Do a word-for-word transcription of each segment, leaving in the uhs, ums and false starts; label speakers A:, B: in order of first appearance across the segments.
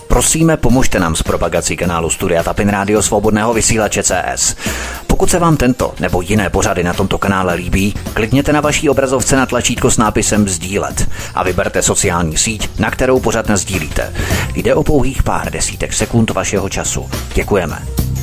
A: Prosíme, pomožte nám s propagací kanálu Studia Tapin Rádio Svobodného vysílače C S. Pokud se vám tento nebo jiné pořady na tomto kanále líbí, klikněte na vaší obrazovce na tlačítko s nápisem sdílet a vyberte sociální síť, na kterou pořad nasdílíte. Jde o pouhých pár desítek sekund vašeho času. Děkujeme.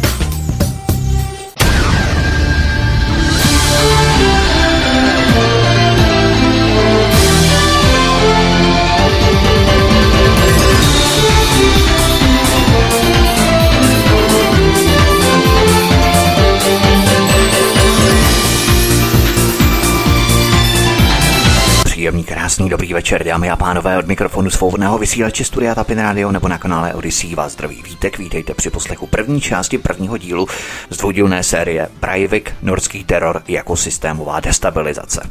A: Příjemný, krásný, dobrý večer, dámy a pánové, od mikrofonu svobodného vysílače Studia Tapin Radio nebo na kanále Odyssey vás zdraví Vítek. Vítejte při poslechu první části prvního dílu z dvoudílné série Breivik, norský teror jako systémová destabilizace.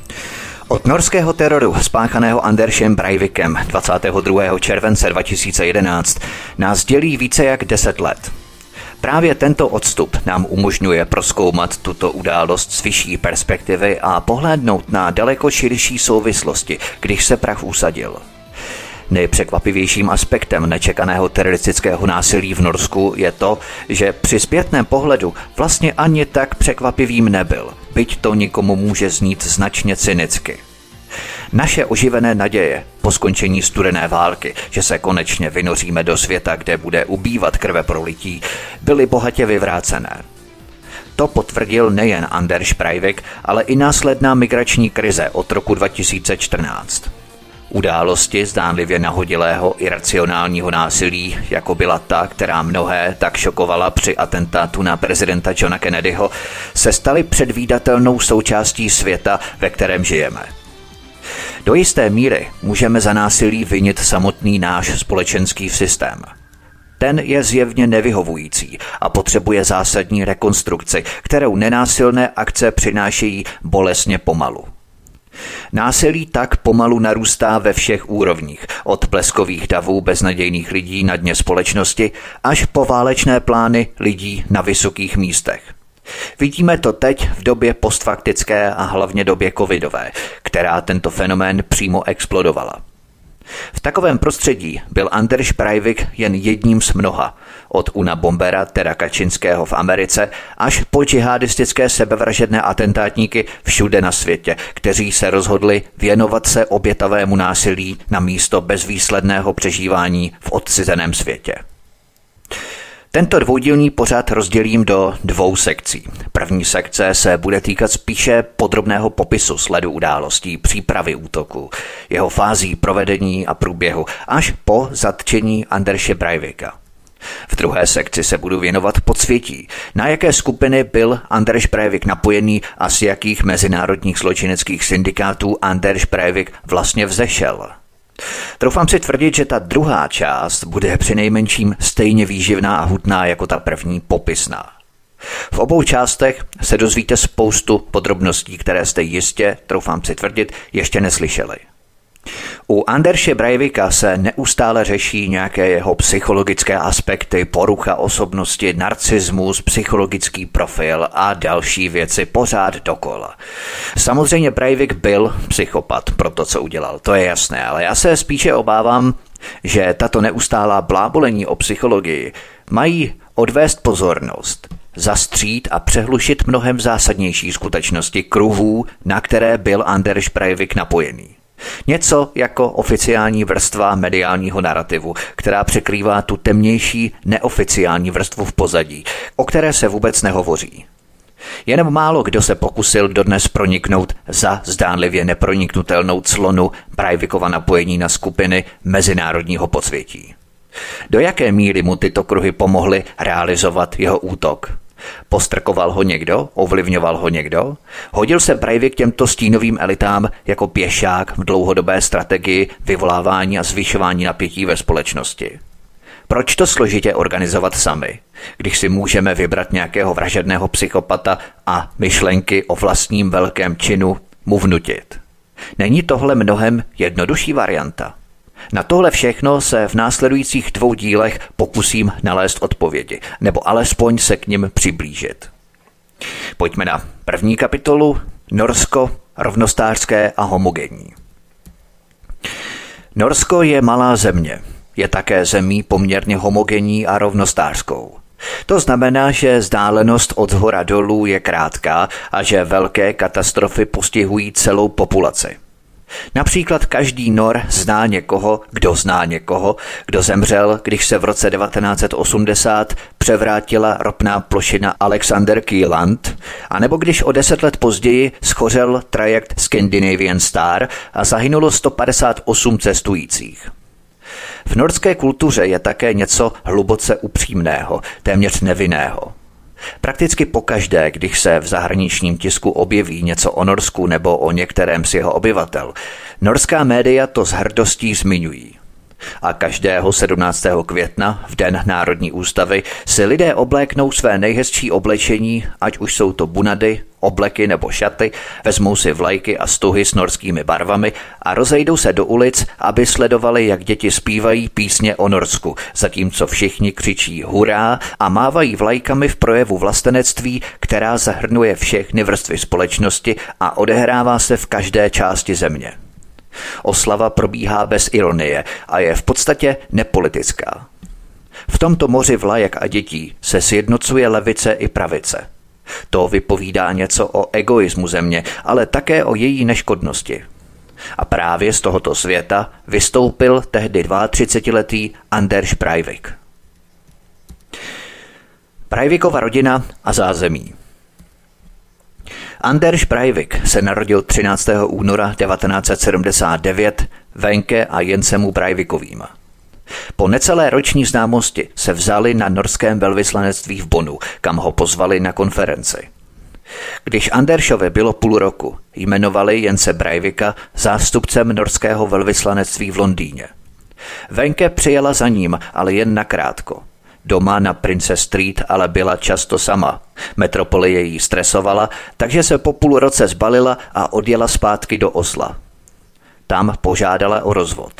A: Od norského teroru spáchaného Andersem Breivikem dvacátého druhého července dva tisíce jedenáct nás dělí více jak deset let. Právě tento odstup nám umožňuje prozkoumat tuto událost z vyšší perspektivy a pohlédnout na daleko širší souvislosti, když se prach usadil. Nejpřekvapivějším aspektem nečekaného teroristického násilí v Norsku je to, že při zpětném pohledu vlastně ani tak překvapivým nebyl, byť to nikomu může znít značně cynicky. Naše oživené naděje po skončení studené války, že se konečně vynoříme do světa, kde bude ubývat krve prolití, byly bohatě vyvrácené. To potvrdil nejen Anders Breivik, ale i následná migrační krize od roku dva tisíce čtrnáct. Události zdánlivě nahodilého iracionálního násilí, jako byla ta, která mnohé tak šokovala při atentátu na prezidenta Johna Kennedyho, se staly předvídatelnou součástí světa, ve kterém žijeme. Do jisté míry můžeme za násilí vinit samotný náš společenský systém. Ten je zjevně nevyhovující a potřebuje zásadní rekonstrukci, kterou nenásilné akce přinášejí bolestně pomalu. Násilí tak pomalu narůstá ve všech úrovních, od bleskových davů beznadějných lidí na dně společnosti až po válečné plány lidí na vysokých místech. Vidíme to teď v době postfaktické a hlavně době covidové, která tento fenomén přímo explodovala. V takovém prostředí byl Anders Breivik jen jedním z mnoha, od Una Bombera, teda Kačinského v Americe, až po džihadistické sebevražedné atentátníky všude na světě, kteří se rozhodli věnovat se obětavému násilí na místo bezvýsledného přežívání v odcizeném světě. Tento dvoudílný pořad rozdělím do dvou sekcí. První sekce se bude týkat spíše podrobného popisu sledu událostí, přípravy útoku, jeho fází provedení a průběhu, až po zatčení Anderse Breivika. V druhé sekci se budu věnovat podsvětí, na jaké skupiny byl Anders Breivik napojený a z jakých mezinárodních zločineckých syndikátů Anders Breivik vlastně vzešel. Troufám si tvrdit, že ta druhá část bude přinejmenším stejně výživná a hutná jako ta první popisná. V obou částech se dozvíte spoustu podrobností, které jste jistě, troufám si tvrdit, ještě neslyšeli. U Anderse Breivika se neustále řeší nějaké jeho psychologické aspekty, porucha osobnosti, narcismus, psychologický profil a další věci pořád dokola. Samozřejmě Breivik byl psychopat pro to, co udělal, to je jasné, ale já se spíše obávám, že tato neustálá blábolení o psychologii mají odvést pozornost, zastřít a přehlušit mnohem zásadnější skutečnosti kruhů, na které byl Anders Breivik napojený. Něco jako oficiální vrstva mediálního narrativu, která překrývá tu temnější neoficiální vrstvu v pozadí, o které se vůbec nehovoří. Jenom málo kdo se pokusil dodnes proniknout za zdánlivě neproniknutelnou clonu Breivikova napojení na skupiny mezinárodního podsvětí. Do jaké míry mu tyto kruhy pomohly realizovat jeho útok? Postrkoval ho někdo? Ovlivňoval ho někdo? Hodil se Breivik těmto stínovým elitám jako pěšák v dlouhodobé strategii vyvolávání a zvyšování napětí ve společnosti? Proč to složitě organizovat sami, když si můžeme vybrat nějakého vražedného psychopata a myšlenky o vlastním velkém činu mu vnutit? Není tohle mnohem jednodušší varianta? Na tohle všechno se v následujících dvou dílech pokusím nalézt odpovědi, nebo alespoň se k nim přiblížit. Pojďme na první kapitolu Norsko, rovnostářské a homogenní. Norsko je malá země, je také zemí poměrně homogenní a rovnostářskou. To znamená, že vzdálenost od shora dolů je krátká a že velké katastrofy postihují celou populaci. Například každý Nor zná někoho, kdo zná někoho, kdo zemřel, když se v roce devatenáct set osmdesát převrátila ropná plošina Alexander Kielland, anebo když o deset let později schořel trajekt Scandinavian Star a zahynulo sto padesát osm cestujících. V norské kultuře je také něco hluboce upřímného, téměř nevinného. Prakticky pokaždé, když se v zahraničním tisku objeví něco o Norsku nebo o některém z jeho obyvatel, norská média to s hrdostí zmiňují. A každého sedmnáctého května, v den Národní ústavy, si lidé obléknou své nejhezčí oblečení, ať už jsou to bunady, obleky nebo šaty, vezmou si vlajky a stuhy s norskými barvami a rozejdou se do ulic, aby sledovali, jak děti zpívají písně o Norsku, zatímco všichni křičí hurá a mávají vlajkami v projevu vlastenectví, která zahrnuje všechny vrstvy společnosti a odehrává se v každé části země. Oslava probíhá bez ironie a je v podstatě nepolitická. V tomto moři vlajek a dětí se sjednocuje levice i pravice. To vypovídá něco o egoismu země, ale také o její neškodnosti. A právě z tohoto světa vystoupil tehdy třicetiletý Anders Breivik. Breivikova rodina a zázemí. Anders Breivik se narodil třináctého února devatenáct set sedmdesát devět Wenche a Jensemu Breivikovým. Po necelé roční známosti se vzali na norském velvyslanectví v Bonnu, kam ho pozvali na konferenci. Když Andersovi bylo půl roku, jmenovali Jense Breivika zástupcem norského velvyslanectví v Londýně. Wenche přijela za ním, ale jen nakrátko. Doma na Princess Street ale byla často sama. Metropolie jí stresovala, takže se po půl roce zbalila a odjela zpátky do Osla. Tam požádala o rozvod.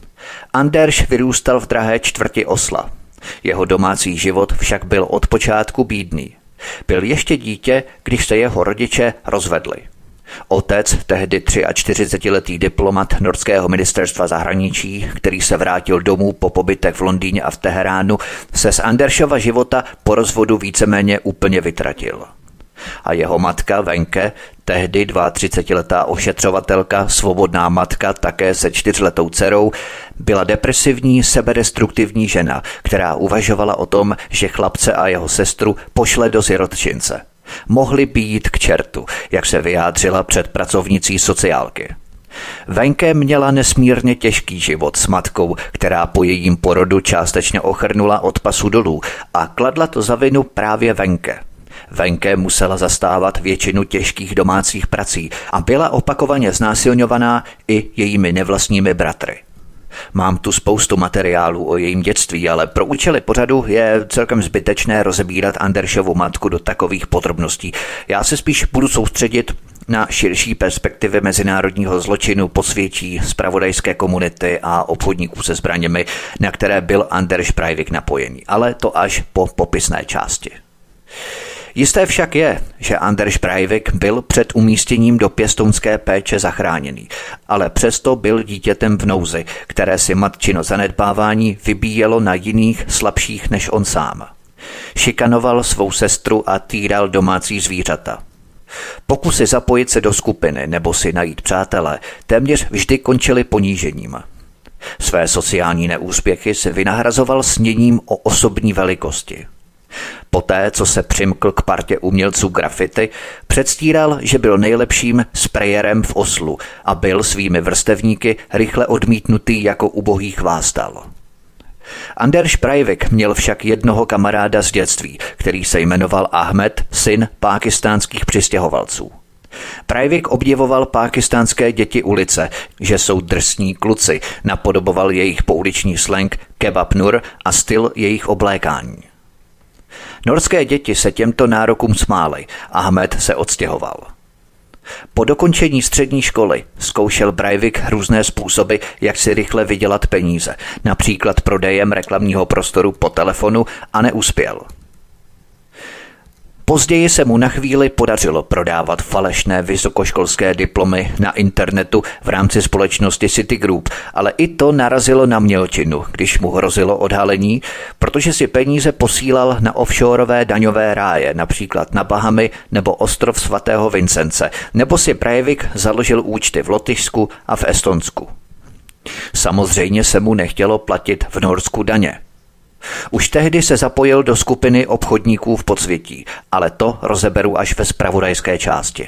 A: Anders vyrůstal v drahé čtvrti Osla. Jeho domácí život však byl od počátku bídný. Byl ještě dítě, když se jeho rodiče rozvedli. Otec, tehdy čtyřicetiletý diplomat norského ministerstva zahraničí, který se vrátil domů po pobytech v Londýně a v Teheránu, se z Andersova života po rozvodu víceméně úplně vytratil. A jeho matka Wenche, tehdy třicetiletá ošetřovatelka, svobodná matka také se čtyřletou dcerou, byla depresivní, sebedestruktivní žena, která uvažovala o tom, že chlapce a jeho sestru pošle do sirotčince. Mohli by jít k čertu, jak se vyjádřila před pracovnicí sociálky. Wenche měla nesmírně těžký život s matkou, která po jejím porodu částečně ochrnula od pasu dolů a kladla to za vinu právě Wenche. Wenche musela zastávat většinu těžkých domácích prací a byla opakovaně znásilňovaná i jejími nevlastními bratry. Mám tu spoustu materiálů o jejím dětství, ale pro účely pořadu je celkem zbytečné rozebírat Andersovu matku do takových podrobností. Já se spíš budu soustředit na širší perspektivy mezinárodního zločinu, posvětí zpravodajské komunity a obchodníků se zbraněmi, na které byl Anders Breivik napojený, ale to až po popisné části. Jisté však je, že Anders Breivik byl před umístěním do pěstounské péče zachráněný, ale přesto byl dítětem v nouzi, které si matčino zanedbávání vybíjelo na jiných slabších než on sám. Šikanoval svou sestru a týral domácí zvířata. Pokusy zapojit se do skupiny nebo si najít přátele téměř vždy končily ponížením. Své sociální neúspěchy si vynahrazoval sněním o osobní velikosti. Poté, co se přimkl k partě umělců graffiti, předstíral, že byl nejlepším sprayerem v Oslu a byl svými vrstevníky rychle odmítnutý jako ubohý chvástal. Anders Breivik měl však jednoho kamaráda z dětství, který se jmenoval Ahmed, syn pákistánských přistěhovalců. Breivik obdivoval pákistánské děti ulice, že jsou drsní kluci, napodoboval jejich pouliční slang kebab nur a styl jejich oblékání. Norské děti se těmto nárokům smály, Ahmed se odstěhoval. Po dokončení střední školy zkoušel Breivik různé způsoby, jak si rychle vydělat peníze, například prodejem reklamního prostoru po telefonu, a neuspěl. Později se mu na chvíli podařilo prodávat falešné vysokoškolské diplomy na internetu v rámci společnosti Citigroup, ale i to narazilo na mělčinu, když mu hrozilo odhalení, protože si peníze posílal na offshoreové daňové ráje, například na Bahamy nebo ostrov svatého Vincence, nebo si Breivik založil účty v Lotyšsku a v Estonsku. Samozřejmě se mu nechtělo platit v Norsku daně. Už tehdy se zapojil do skupiny obchodníků v podsvětí, ale to rozeberu až ve zpravodajské části.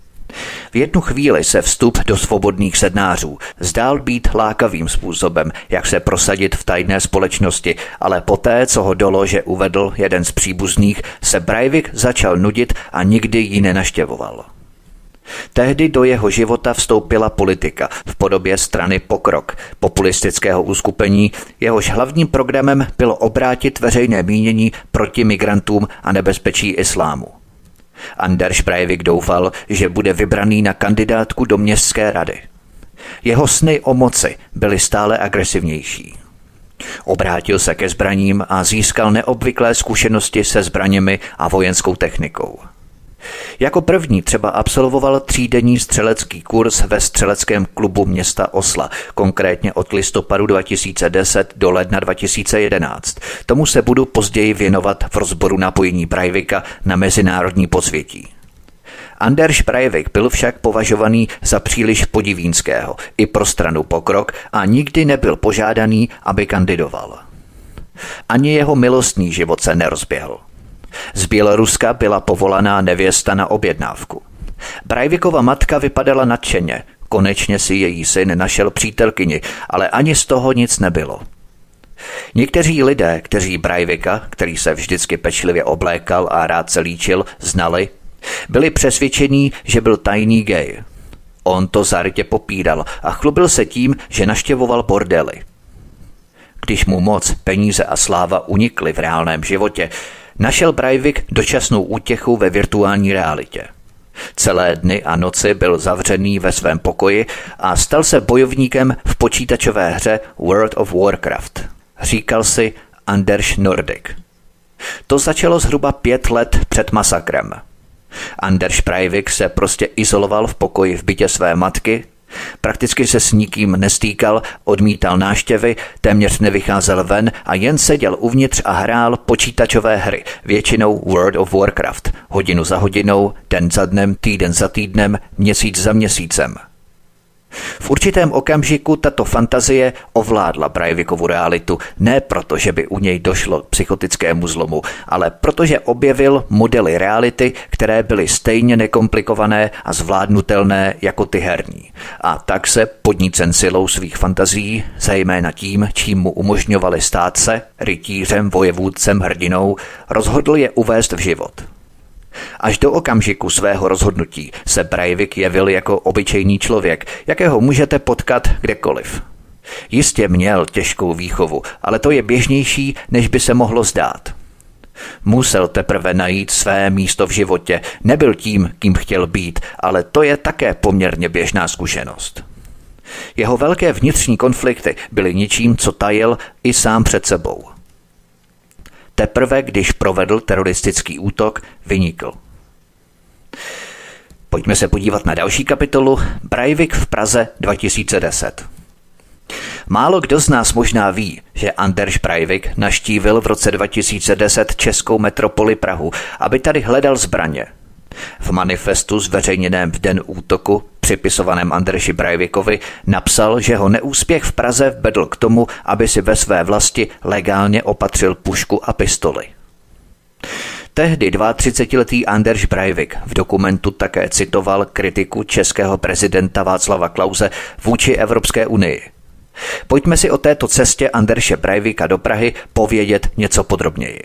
A: V jednu chvíli se vstup do svobodných sednářů zdál být lákavým způsobem, jak se prosadit v tajné společnosti, ale poté, co ho do lože uvedl jeden z příbuzných, se Breivik začal nudit a nikdy ji nenaštěvoval. Tehdy do jeho života vstoupila politika v podobě strany Pokrok, populistického uskupení, jehož hlavním programem bylo obrátit veřejné mínění proti migrantům a nebezpečí islámu. Anders Breivik doufal, že bude vybraný na kandidátku do městské rady. Jeho sny o moci byly stále agresivnější. Obrátil se ke zbraním a získal neobvyklé zkušenosti se zbraněmi a vojenskou technikou. Jako první třeba absolvoval třídenní střelecký kurz ve střeleckém klubu města Osla, konkrétně od listopadu dva tisíce deset do ledna dva tisíce jedenáct. Tomu se budu později věnovat v rozboru napojení Breivika na mezinárodní podsvětí. Anders Breivik byl však považovaný za příliš podivínského i pro stranu Pokrok a nikdy nebyl požádaný, aby kandidoval. Ani jeho milostný život se nerozběhl. Z Běloruska byla povolaná nevěsta na objednávku. Breivikova matka vypadala nadšeně, konečně si její syn našel přítelkyni, ale ani z toho nic nebylo. Někteří lidé, kteří Breivika, který se vždycky pečlivě oblékal a rád se líčil, znali, byli přesvědčení, že byl tajný gay. On to zarytě popíral a chlubil se tím, že navštěvoval bordely. Když mu moc, peníze a sláva unikly v reálném životě, našel Breivik dočasnou útěchu ve virtuální realitě. Celé dny a noci byl zavřený ve svém pokoji a stal se bojovníkem v počítačové hře World of Warcraft. Říkal si Anders Nordic. To začalo zhruba pět let před masakrem. Anders Breivik se prostě izoloval v pokoji v bytě své matky, prakticky se s nikým nestýkal, odmítal návštěvy, téměř nevycházel ven a jen seděl uvnitř a hrál počítačové hry, většinou World of Warcraft, hodinu za hodinou, den za dnem, týden za týdnem, měsíc za měsícem. V určitém okamžiku tato fantazie ovládla Breivikovu realitu, ne proto, že by u něj došlo k psychotickému zlomu, ale protože objevil modely reality, které byly stejně nekomplikované a zvládnutelné jako ty herní. A tak se, podnícen silou svých fantazií, zejména tím, čím mu umožňovali stát se, rytířem, vojevůdcem, hrdinou, rozhodl je uvést v život. Až do okamžiku svého rozhodnutí se Breivik jevil jako obyčejný člověk, jakého můžete potkat kdekoliv. Jistě měl těžkou výchovu, ale to je běžnější, než by se mohlo zdát. Musel teprve najít své místo v životě, nebyl tím, kým chtěl být, ale to je také poměrně běžná zkušenost. Jeho velké vnitřní konflikty byly ničím, co tajil i sám před sebou. Teprve, když provedl teroristický útok, vynikl. Pojďme se podívat na další kapitolu Breivik v Praze dva tisíce deset. Málo kdo z nás možná ví, že Anders Breivik navštívil v roce dva tisíce deset českou metropoli Prahu, aby tady hledal zbraně. V manifestu zveřejněném v den útoku, připisovaném Andersi Breivikovi, napsal, že ho neúspěch v Praze vedl k tomu, aby si ve své vlasti legálně opatřil pušku a pistoli. Tehdy třicetiletý Anders Breivik v dokumentu také citoval kritiku českého prezidenta Václava Klause vůči Evropské unii. Pojďme si o této cestě Anderse Breivika do Prahy povědět něco podrobněji.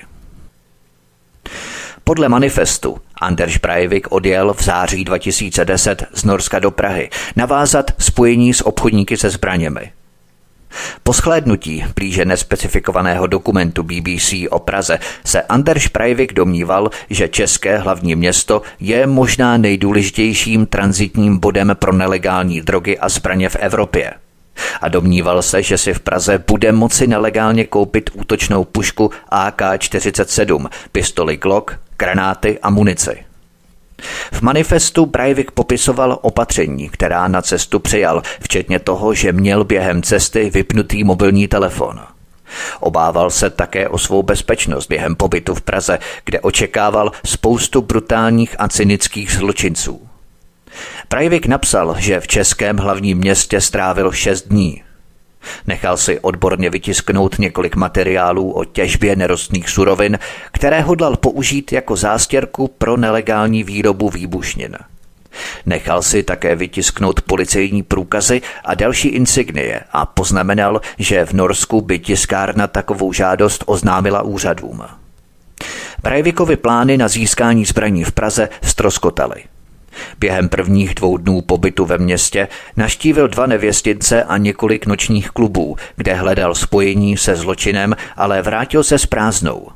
A: Podle manifestu Anders Breivik odjel v září dva tisíce deset z Norska do Prahy navázat spojení s obchodníky se zbraněmi. Po shlédnutí blíže nespecifikovaného dokumentu B B C o Praze se Anders Breivik domníval, že české hlavní město je možná nejdůležitějším tranzitním bodem pro nelegální drogy a zbraně v Evropě. A domníval se, že si v Praze bude moci nelegálně koupit útočnou pušku A K čtyřicet sedm, pistoli Glock, granáty a munici. V manifestu Breivik popisoval opatření, která na cestu přijal, včetně toho, že měl během cesty vypnutý mobilní telefon. Obával se také o svou bezpečnost během pobytu v Praze, kde očekával spoustu brutálních a cynických zločinců. Breivik napsal, že v českém hlavním městě strávil šest dní. Nechal si odborně vytisknout několik materiálů o těžbě nerostných surovin, které hodlal použít jako zástěrku pro nelegální výrobu výbušnin. Nechal si také vytisknout policejní průkazy a další insignie a poznamenal, že v Norsku by tiskárna takovou žádost oznámila úřadům. Breivikovy plány na získání zbraní v Praze ztroskotaly. Během prvních dvou dnů pobytu ve městě navštívil dva nevěstince a několik nočních klubů, kde hledal spojení se zločinem, ale vrátil se s prázdnou.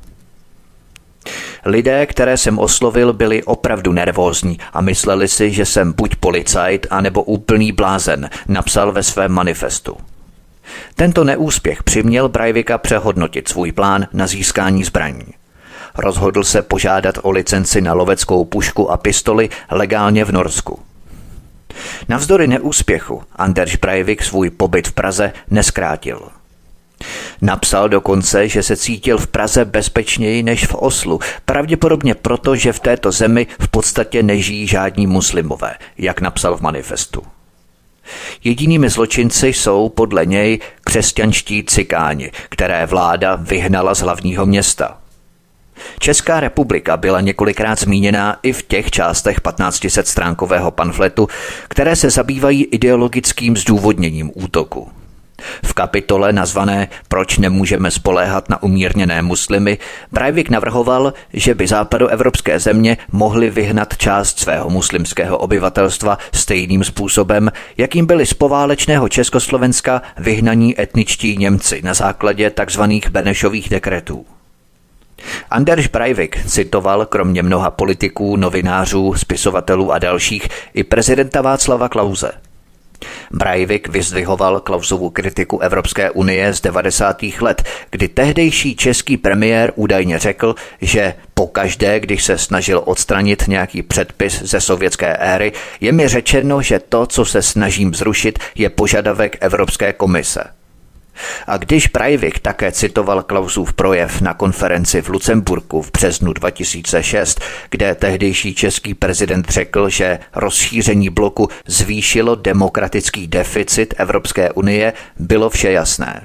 A: Lidé, které jsem oslovil, byli opravdu nervózní a mysleli si, že jsem buď policajt, anebo úplný blázen, napsal ve svém manifestu. Tento neúspěch přiměl Breivika přehodnotit svůj plán na získání zbraní. Rozhodl se požádat o licenci na loveckou pušku a pistoli legálně v Norsku. Navzdory neúspěchu Anders Breivik svůj pobyt v Praze neskrátil. Napsal dokonce, že se cítil v Praze bezpečněji než v Oslu, pravděpodobně proto, že v této zemi v podstatě nežijí žádní muslimové, jak napsal v manifestu. Jedinými zločinci jsou podle něj křesťanští cikáni, které vláda vyhnala z hlavního města. Česká republika byla několikrát zmíněná i v těch částech patnáctisetstránkového pamfletu, které se zabývají ideologickým zdůvodněním útoku. V kapitole nazvané Proč nemůžeme spoléhat na umírněné muslimy Breivik navrhoval, že by západoevropské země mohly vyhnat část svého muslimského obyvatelstva stejným způsobem, jakým byli z poválečného Československa vyhnaní etničtí Němci na základě tzv. Benešových dekretů. Anders Breivik citoval kromě mnoha politiků, novinářů, spisovatelů a dalších i prezidenta Václava Klause. Breivik vyzdvihoval Klausovu kritiku Evropské unie z devadesátých let, kdy tehdejší český premiér údajně řekl, že pokaždé, když se snažil odstranit nějaký předpis ze sovětské éry, je mi řečeno, že to, co se snažím zrušit, je požadavek Evropské komise. A když Breivik také citoval Klausův projev na konferenci v Lucemburku v březnu dva tisíce šest, kde tehdejší český prezident řekl, že rozšíření bloku zvýšilo demokratický deficit Evropské unie, bylo vše jasné.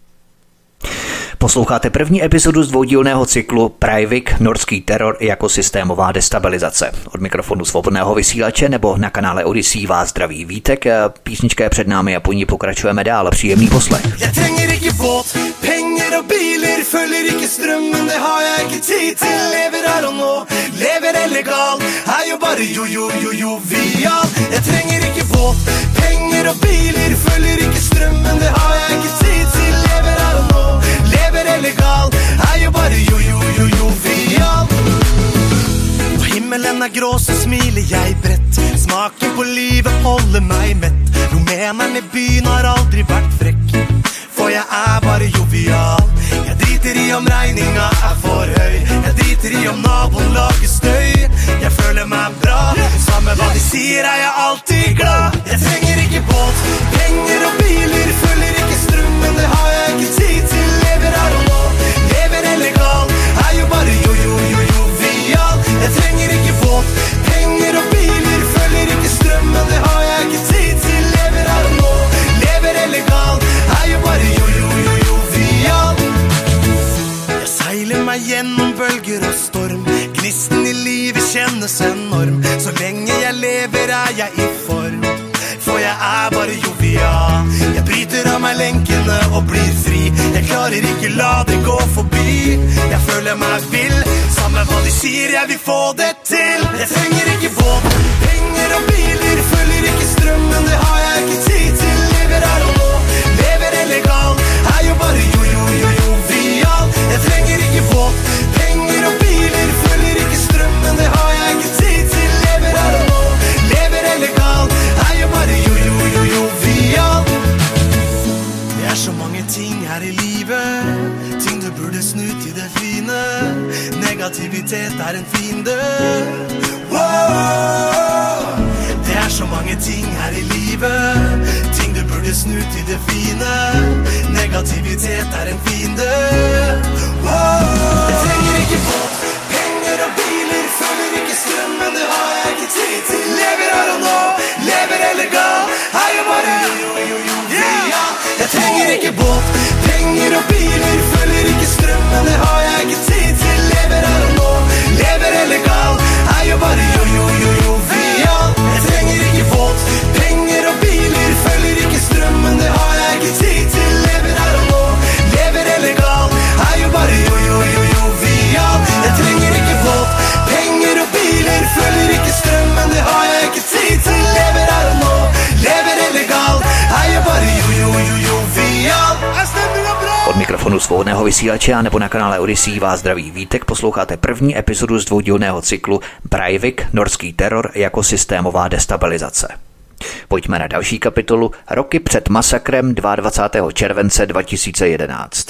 A: Posloucháte první epizodu z dvoudílného cyklu Breivik, norský teror jako systémová destabilizace. Od mikrofonu Svobodného vysílače nebo na kanále Odyssey vás zdraví Vítek. Písnička je před námi a po ní pokračujeme dál. Příjemný poslech.
B: Jeg trenger ikke båt, penger og biler, følger ikke strømmen, det har jeg ikke tid til. Lever her og nå, lever illegal, er jo bare jo jo jo jo vial. Jeg trenger ikke båt, penger og biler, følger ikke strømmen, det har jeg ikke tid til. Lever her og nå, lever illegal, er jo bare jo jo jo jo vial. Når himmelen er grå, så smiler jeg bredt. Smaken på livet holder meg mett. Rumeneren i byen har aldri vært frekk, for jeg er bare jovial. Jeg driter i om regninga er for høy, jeg driter i om naboen lager støy. Jeg føler meg bra, samme hva de sier er jeg alltid glad. Jeg trenger ikke båt, penger og biler, følger ikke strømmen, det har jeg ikke tid til. Lever her og nå, lever illegal, er jo bare jo jo jo jo vial. Jeg trenger ikke båt, penger og biler, følger ikke strømmen, det har jeg ikke tid til. Lever her og nå, lever illegal, er jo bare jo jo jo jo vial. Jeg seiler meg gjennom bølger og storm, gnisten i livet kjennes enorm. Så lenge jeg lever er jeg i form, for jeg er bare jovial. Jeg bryter av meg lenkene og blir fri, jeg klarer ikke la det gå forbi. Jeg føler meg vill, samme hva de sier, jeg vil få det til. Jeg trenger ikke båt, penger og biler, følger ikke strømmen, det har jeg ikke tid til. Lever her og nå, lever illegal, er jo bare jo jo jo jo vial. Jeg trenger ikke båt, penger og biler, følger ikke strømmen, det har jeg ikke tid til. Lever her og nå, lever illegal, er jo bare jo jo jo jo vial. Ting du burde snu til det fine. Negativitet er en fiende. Wow, det er så mange ting her i livet. Ting du burde snu til det fine. Negativitet er en fiende. Wow, jeg trenger ikke båt, penger og biler. Føler ikke strøm, men det har jeg ikke tid til. Lever her og nå, lever illegal. Er jo bare jo, jo, jo, ja. Jeg trenger ikke båt, penger og biler. Føler ikke strøm, men det har jeg ikke tid til. Lever her og nå, lever illegal. Er jo bare jo, jo, jo, jo, ja. Jeg trenger ikke båt, penger og biler. Føler ikke strøm, men det har jeg ikke tid til. Lever her og nå, lever illegal. Er jo bare jo, jo, jo, jo, ja. Jeg trenger ikke båt, penger og biler. Føler ikke strøm, men det har jeg ikke tid til. Lever her og nå, lever illegal. Er jo bare jo, jo, jo, jo, ja.
A: Od mikrofonu svobodného vysílače a nebo na kanále Odyssey vás zdraví Vítek, posloucháte první epizodu z dvoudílného cyklu Breivik, norský teror jako systémová destabilizace. Pojďme na další kapitolu roky před masakrem dvacátého druhého července dva tisíce jedenáct.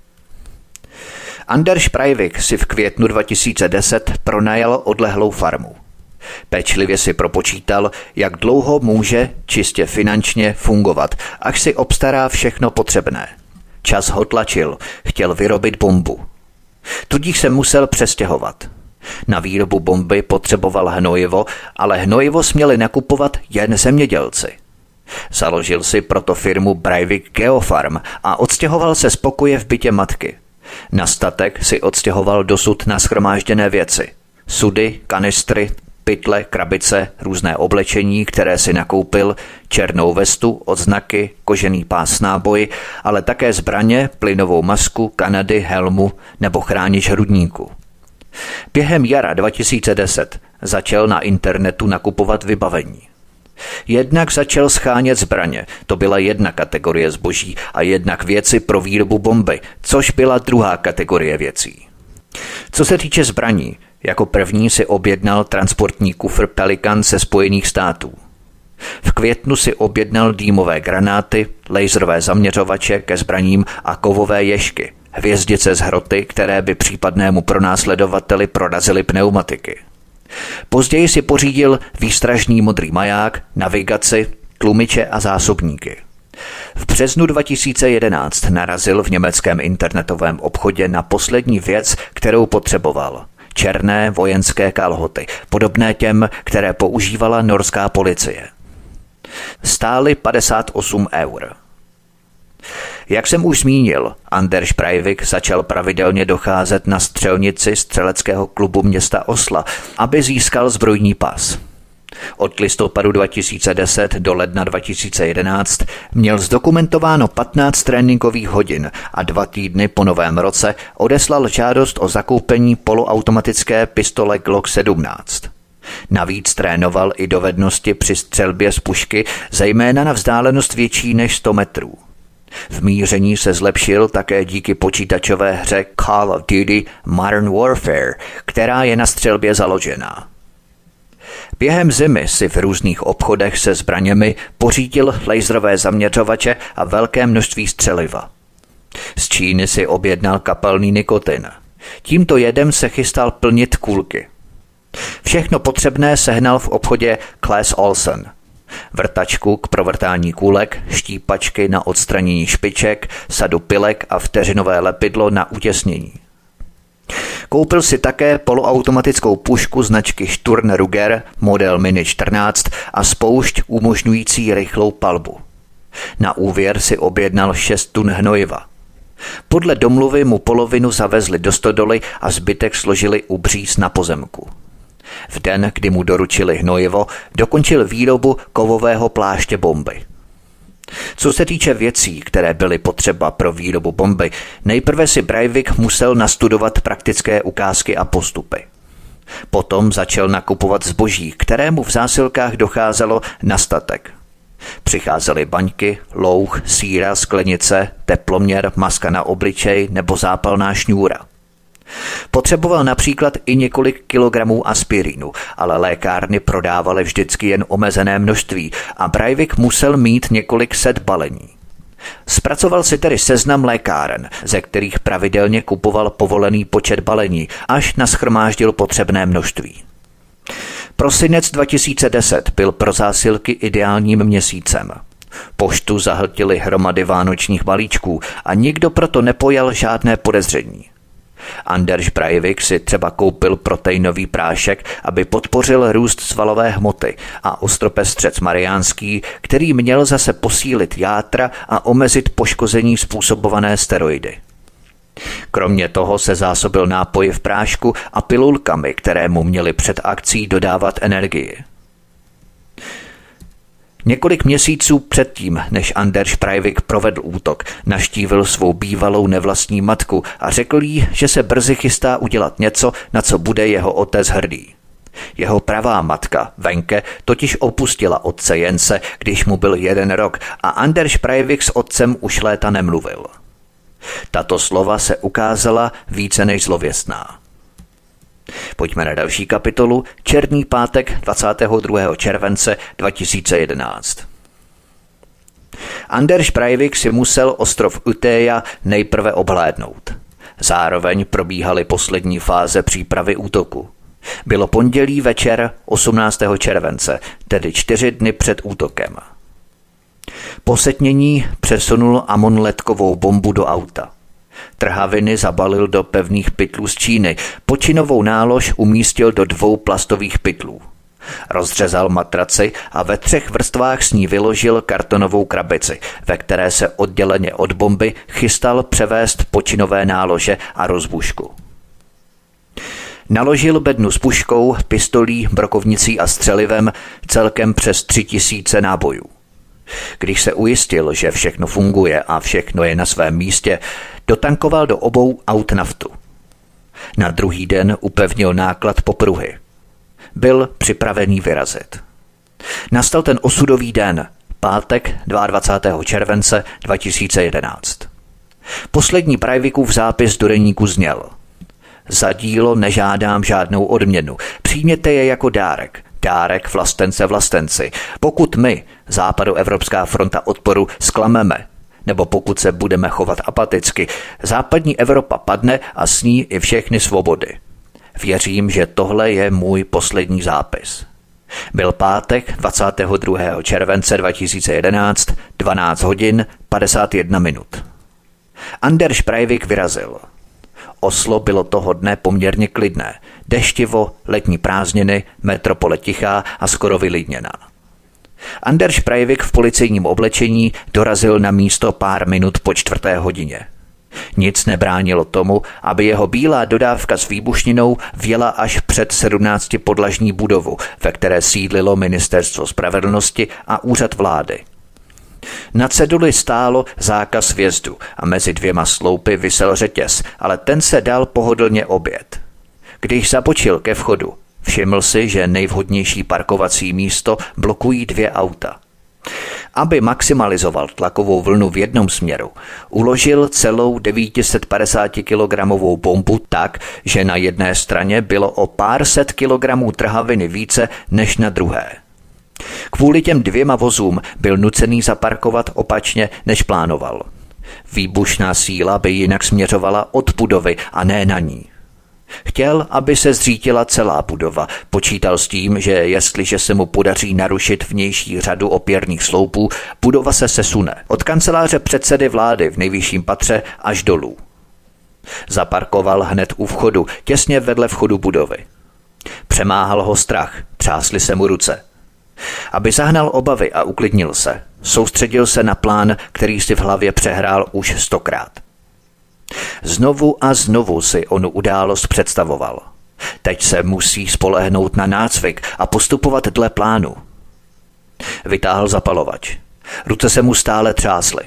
A: Anders Breivik si v květnu dva tisíce deset pronajal odlehlou farmu. Pečlivě si propočítal, jak dlouho může čistě finančně fungovat, až si obstará všechno potřebné. Čas ho tlačil, chtěl vyrobit bombu. Tudíž se musel přestěhovat. Na výrobu bomby potřeboval hnojivo, ale hnojivo směli nakupovat jen zemědělci. Založil si proto firmu Breivik Geofarm a odstěhoval se z pokoje v bytě matky. Na statek si odstěhoval dosud nashromážděné věci. Sudy, kanistry, pytle, krabice, různé oblečení, které si nakoupil, černou vestu, odznaky, kožený pás s náboji, ale také zbraně, plynovou masku, kanady, helmu nebo chránič hrudníku. Během jara dva tisíce deset začal na internetu nakupovat vybavení. Jednak začal schánět zbraně, to byla jedna kategorie zboží, a jednak věci pro výrobu bomby, což byla druhá kategorie věcí. Co se týče zbraní, jako první si objednal transportní kufr Pelikan ze Spojených států. V květnu si objednal dýmové granáty, laserové zaměřovače ke zbraním a kovové ježky, hvězdice z hroty, které by případnému pronásledovateli prorazily pneumatiky. Později si pořídil výstražný modrý maják, navigaci, tlumiče a zásobníky. V březnu dva tisíce jedenáct narazil v německém internetovém obchodě na poslední věc, kterou potřeboval. Černé vojenské kalhoty, podobné těm, které používala norská policie. Stály padesát osm eur. Jak jsem už zmínil, Anders Breivik začal pravidelně docházet na střelnici střeleckého klubu města Osla, aby získal zbrojní pas. Od listopadu dva tisíce deset do ledna dva tisíce jedenáct měl zdokumentováno patnáct tréninkových hodin a dva týdny po novém roce odeslal žádost o zakoupení poloautomatické pistole Glock sedmnáct. Navíc trénoval i dovednosti při střelbě z pušky, zejména na vzdálenost větší než sto metrů. V míření se zlepšil také díky počítačové hře Call of Duty Modern Warfare, která je na střelbě založená. Během zimy si v různých obchodech se zbraněmi pořídil laserové zaměřovače a velké množství střeliva. Z Číny si objednal kapalný nikotin. Tímto jedem se chystal plnit kulky. Všechno potřebné sehnal v obchodě Claes Olsen. Vrtačku k provrtání kůlek, štípačky na odstranění špiček, sadu pilek a vteřinové lepidlo na utěsnění. Koupil si také poloautomatickou pušku značky Sturm Ruger model Mini čtrnáct a spoušť umožňující rychlou palbu. Na úvěr si objednal šest tun hnojiva. Podle domluvy mu polovinu zavezli do stodoly a zbytek složili u bříz na pozemku. V den, kdy mu doručili hnojivo, dokončil výrobu kovového pláště bomby. Co se týče věcí, které byly potřeba pro výrobu bomby, nejprve si Breivik musel nastudovat praktické ukázky a postupy. Potom začal nakupovat zboží, kterému v zásilkách docházelo na statek. Přicházely baňky, louh, síra, sklenice, teploměr, maska na obličej nebo zápalná šňůra. Potřeboval například i několik kilogramů aspirínu, ale lékárny prodávaly vždycky jen omezené množství a Breivik musel mít několik set balení. Zpracoval si tedy seznam lékáren, ze kterých pravidelně kupoval povolený počet balení, až nashromáždil potřebné množství. Prosinec dva tisíce deset byl pro zásilky ideálním měsícem. Poštu zahltily hromady vánočních balíčků a nikdo proto nepojal žádné podezření. Anders Breivik si třeba koupil proteinový prášek, aby podpořil růst svalové hmoty, a ostropestřec mariánský, který měl zase posílit játra a omezit poškození způsobované steroidy. Kromě toho se zásobil nápoji v prášku a pilulkami, které mu měly před akcí dodávat energii. Několik měsíců předtím, než Anders Breivik provedl útok, navštívil svou bývalou nevlastní matku a řekl jí, že se brzy chystá udělat něco, na co bude jeho otec hrdý. Jeho pravá matka, Wenke, totiž opustila otce Jense, když mu byl jeden rok, a Anders Breivik s otcem už léta nemluvil. Tato slova se ukázala více než zlověstná. Pojďme na další kapitolu, Černý pátek dvacátého druhého července dva tisíce jedenáct. Anders Breivik si musel ostrov Utøya nejprve obhlédnout. Zároveň probíhaly poslední fáze přípravy útoku. Bylo pondělí večer osmnáctého července, tedy čtyři dny před útokem. Po setmění přesunul amonletkovou bombu do auta. Trhaviny zabalil do pevných pytlů z Číny, počinovou nálož umístil do dvou plastových pytlů. Rozřezal matraci a ve třech vrstvách s ní vyložil kartonovou krabici, ve které se odděleně od bomby chystal převést počinové nálože a rozbušku. Naložil bednu s puškou, pistolí, brokovnicí a střelivem, celkem přes tři tisíce nábojů. Když se ujistil, že všechno funguje a všechno je na svém místě, dotankoval do obou aut naftu. Na druhý den upevnil náklad popruhy. Byl připravený vyrazit. Nastal ten osudový den, pátek dvacátého druhého července dva tisíce jedenáct. Poslední Breivikův zápis do deníku zněl: Za dílo nežádám žádnou odměnu, přijměte je jako dárek. Dárek vlastence vlastenci. Pokud my, Západoevropská fronta odporu, zklameme, nebo pokud se budeme chovat apaticky, západní Evropa padne a s ní i všechny svobody. Věřím, že tohle je můj poslední zápis. Byl pátek dvacátého druhého července dva tisíce jedenáct, dvanáct hodin padesát jedna minut. Anders Breivik vyrazil. Oslo bylo toho dne poměrně klidné. Deštivo, letní prázdniny, metropole tichá a skoro vylidněná. Anders Breivik v policejním oblečení dorazil na místo pár minut po čtvrté hodině. Nic nebránilo tomu, aby jeho bílá dodávka s výbušninou vjela až před sedmnáctipodlažní budovu, ve které sídlilo Ministerstvo spravedlnosti a úřad vlády. Na ceduli stálo zákaz vjezdu a mezi dvěma sloupy visel řetěz, ale ten se dal pohodlně objet. Když zabočil ke vchodu, všiml si, že nejvhodnější parkovací místo blokují dvě auta. Aby maximalizoval tlakovou vlnu v jednom směru, uložil celou devět set padesát kilogramovou bombu tak, že na jedné straně bylo o pár set kilogramů trhaviny více než na druhé. Kvůli těm dvěma vozům byl nucený zaparkovat opačně, než plánoval. Výbušná síla by jinak směřovala od budovy a ne na ní. Chtěl, aby se zřítila celá budova. Počítal s tím, že jestliže se mu podaří narušit vnější řadu opěrných sloupů, budova se sesune od kanceláře předsedy vlády v nejvyšším patře až dolů. Zaparkoval hned u vchodu, těsně vedle vchodu budovy. Přemáhal ho strach, třásly se mu ruce. Aby zahnal obavy a uklidnil se, soustředil se na plán, který si v hlavě přehrál už stokrát. Znovu a znovu si onu událost představoval. Teď se musí spolehnout na nácvik a postupovat dle plánu. Vytáhl zapalovač. Ruce se mu stále třásly.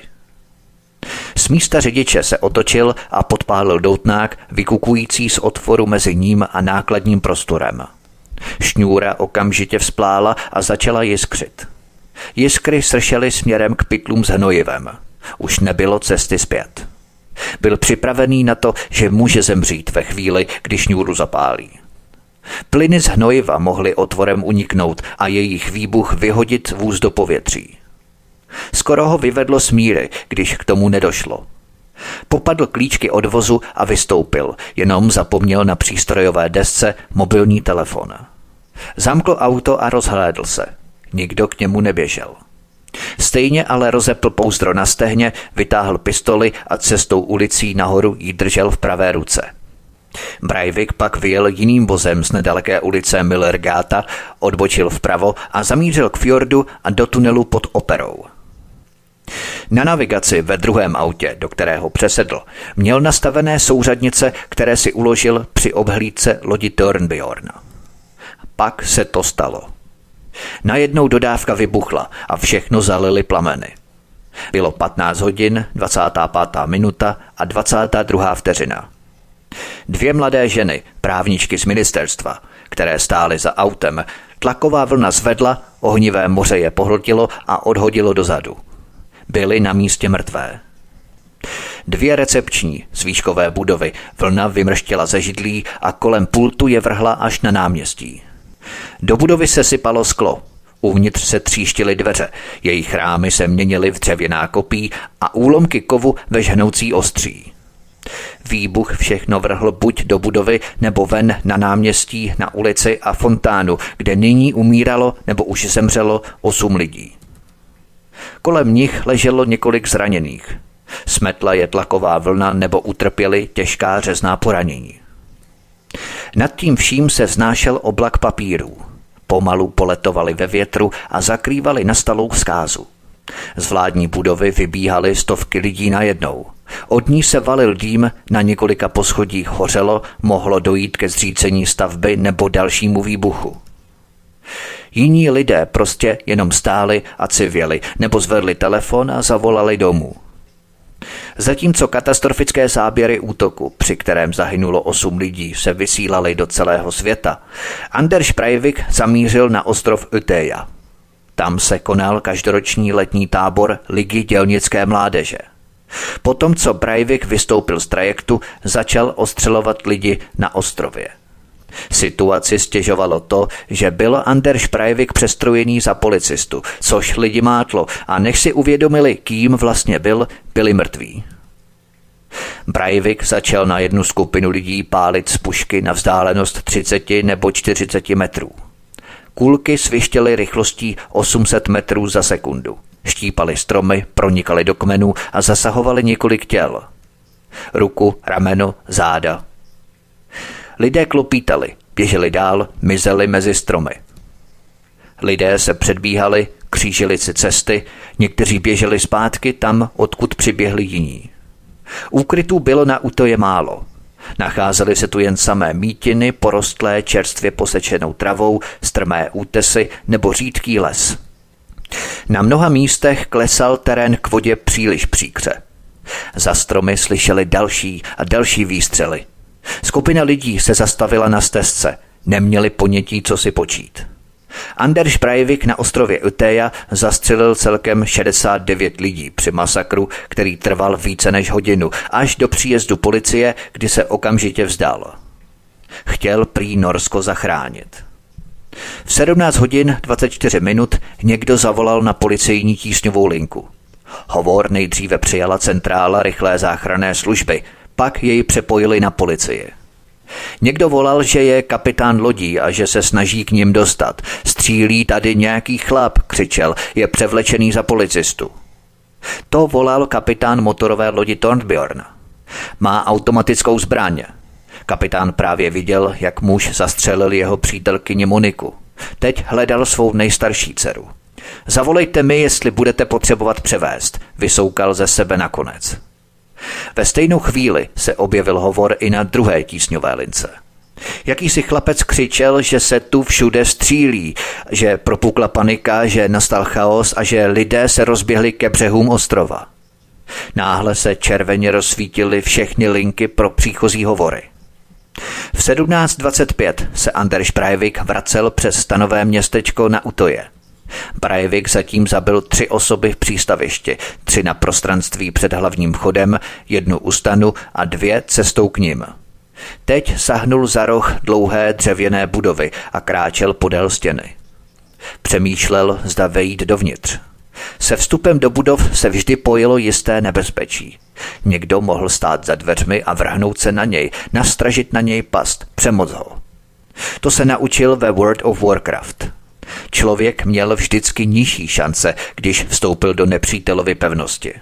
A: Z místa řidiče se otočil a podpálil doutnák, vykukující z otvoru mezi ním a nákladním prostorem. Šňůra okamžitě vzplála a začala jiskřit. Jiskry sršely směrem k pytlům s hnojivem. Už nebylo cesty zpět. Byl připravený na to, že může zemřít ve chvíli, kdy šňůru zapálí. Plyny z hnojiva mohly otvorem uniknout a jejich výbuch vyhodit vůz do povětří. Skoro ho vyvedlo z míry, když k tomu nedošlo. Popadl klíčky od vozu a vystoupil, jenom zapomněl na přístrojové desce mobilní telefon. Zamkl auto a rozhlédl se. Nikdo k němu neběžel. Stejně ale rozepl pouzdro na stehně, vytáhl pistoli a cestou ulicí nahoru ji držel v pravé ruce. Breivik pak vyjel jiným vozem z nedaleké ulice Millergata, odbočil vpravo a zamířil k fjordu a do tunelu pod operou. Na navigaci ve druhém autě, do kterého přesedl, měl nastavené souřadnice, které si uložil při obhlídce lodi Thornbjorn. Pak se to stalo. Najednou dodávka vybuchla a všechno zalily plameny. Bylo patnáct hodin, dvacátá pátá minuta a dvacátá druhá vteřina. Dvě mladé ženy, právničky z ministerstva, které stály za autem, tlaková vlna zvedla, ohnivé moře je pohltilo a odhodilo dozadu. Byly na místě mrtvé. Dvě recepční z výškové budovy vlna vymrštěla ze židlí a kolem pultu je vrhla až na náměstí. Do budovy se sypalo sklo. Uvnitř se tříštily dveře, jejich rámy se měnily v dřevěná kopí a úlomky kovu ve žhnoucí ostří. Výbuch všechno vrhl buď do budovy nebo ven na náměstí, na ulici a fontánu, kde nyní umíralo nebo už zemřelo osm lidí. Kolem nich leželo několik zraněných. Smetla je tlaková vlna nebo utrpěli těžká řezná poranění. Nad tím vším se vznášel oblak papírů. Pomalu poletovali ve větru a zakrývali nastalou zkázu. Z vládní budovy vybíhaly stovky lidí najednou. Od ní se valil dým, na několika poschodích hořelo, mohlo dojít ke zřícení stavby nebo dalšímu výbuchu. Jiní lidé prostě jenom stáli a civěli nebo zvedli telefon a zavolali domů. Zatímco katastrofické záběry útoku, při kterém zahynulo osm lidí, se vysílaly do celého světa, Anders Breivik zamířil na ostrov Utøya. Tam se konal každoroční letní tábor Ligy dělnické mládeže. Potom, co Breivik vystoupil z trajektu, začal ostřelovat lidi na ostrově. Situaci stěžovalo to, že byl Anders Breivik přestrojený za policistu, což lidi mátlo a než si uvědomili, kým vlastně byl, byli mrtví. Breivik začal na jednu skupinu lidí pálit z pušky na vzdálenost třicet nebo čtyřicet metrů. Kulky svištěly rychlostí osm set metrů za sekundu. Štípali stromy, pronikali do kmenů a zasahovali několik těl. Ruku, rameno, záda. Lidé klopítali, běželi dál, mizeli mezi stromy. Lidé se předbíhali, křížili si cesty, někteří běželi zpátky tam, odkud přiběhli jiní. Úkrytů bylo na Utøye málo. Nacházely se tu jen samé mítiny, porostlé čerstvě posečenou travou, strmé útesy nebo řídký les. Na mnoha místech klesal terén k vodě příliš příkře. Za stromy slyšeli další a další výstřely. Skupina lidí se zastavila na stezce, neměli ponětí, co si počít. Anders Breivik na ostrově Utøya zastřelil celkem šedesát devět lidí při masakru, který trval více než hodinu, až do příjezdu policie, kdy se okamžitě vzdal. Chtěl prý Norsko zachránit. V sedmnáct hodin dvacet čtyři minut někdo zavolal na policejní tísňovou linku. Hovor nejdříve přijala centrála rychlé záchranné služby, pak jej přepojili na policii. Někdo volal, že je kapitán lodí a že se snaží k nim dostat. Střílí tady nějaký chlap, křičel, je převlečený za policistu. To volal kapitán motorové lodi Thornbjorn. Má automatickou zbraň. Kapitán právě viděl, jak muž zastřelil jeho přítelkyni Moniku. Teď hledal svou nejstarší dceru. Zavolejte mi, jestli budete potřebovat převést, vysoukal ze sebe nakonec. Ve stejnou chvíli se objevil hovor i na druhé tísňové lince. Jakýsi chlapec křičel, že se tu všude střílí, že propukla panika, že nastal chaos a že lidé se rozběhli ke břehům ostrova. Náhle se červeně rozsvítily všechny linky pro příchozí hovory. V sedmnáct dvacet pět se Anders Breivik vracel přes stanové městečko na Utøye. Breivik zatím zabil tři osoby v přístavišti, tři na prostranství před hlavním vchodem, jednu u stanu a dvě cestou k nim. Teď sahnul za roh dlouhé dřevěné budovy a kráčel podél stěny. Přemýšlel, zda vejít dovnitř. Se vstupem do budov se vždy pojilo jisté nebezpečí. Někdo mohl stát za dveřmi a vrhnout se na něj, nastražit na něj past, přemoc ho. To se naučil ve World of Warcraft. Člověk měl vždycky nižší šance, když vstoupil do nepřítelovy pevnosti.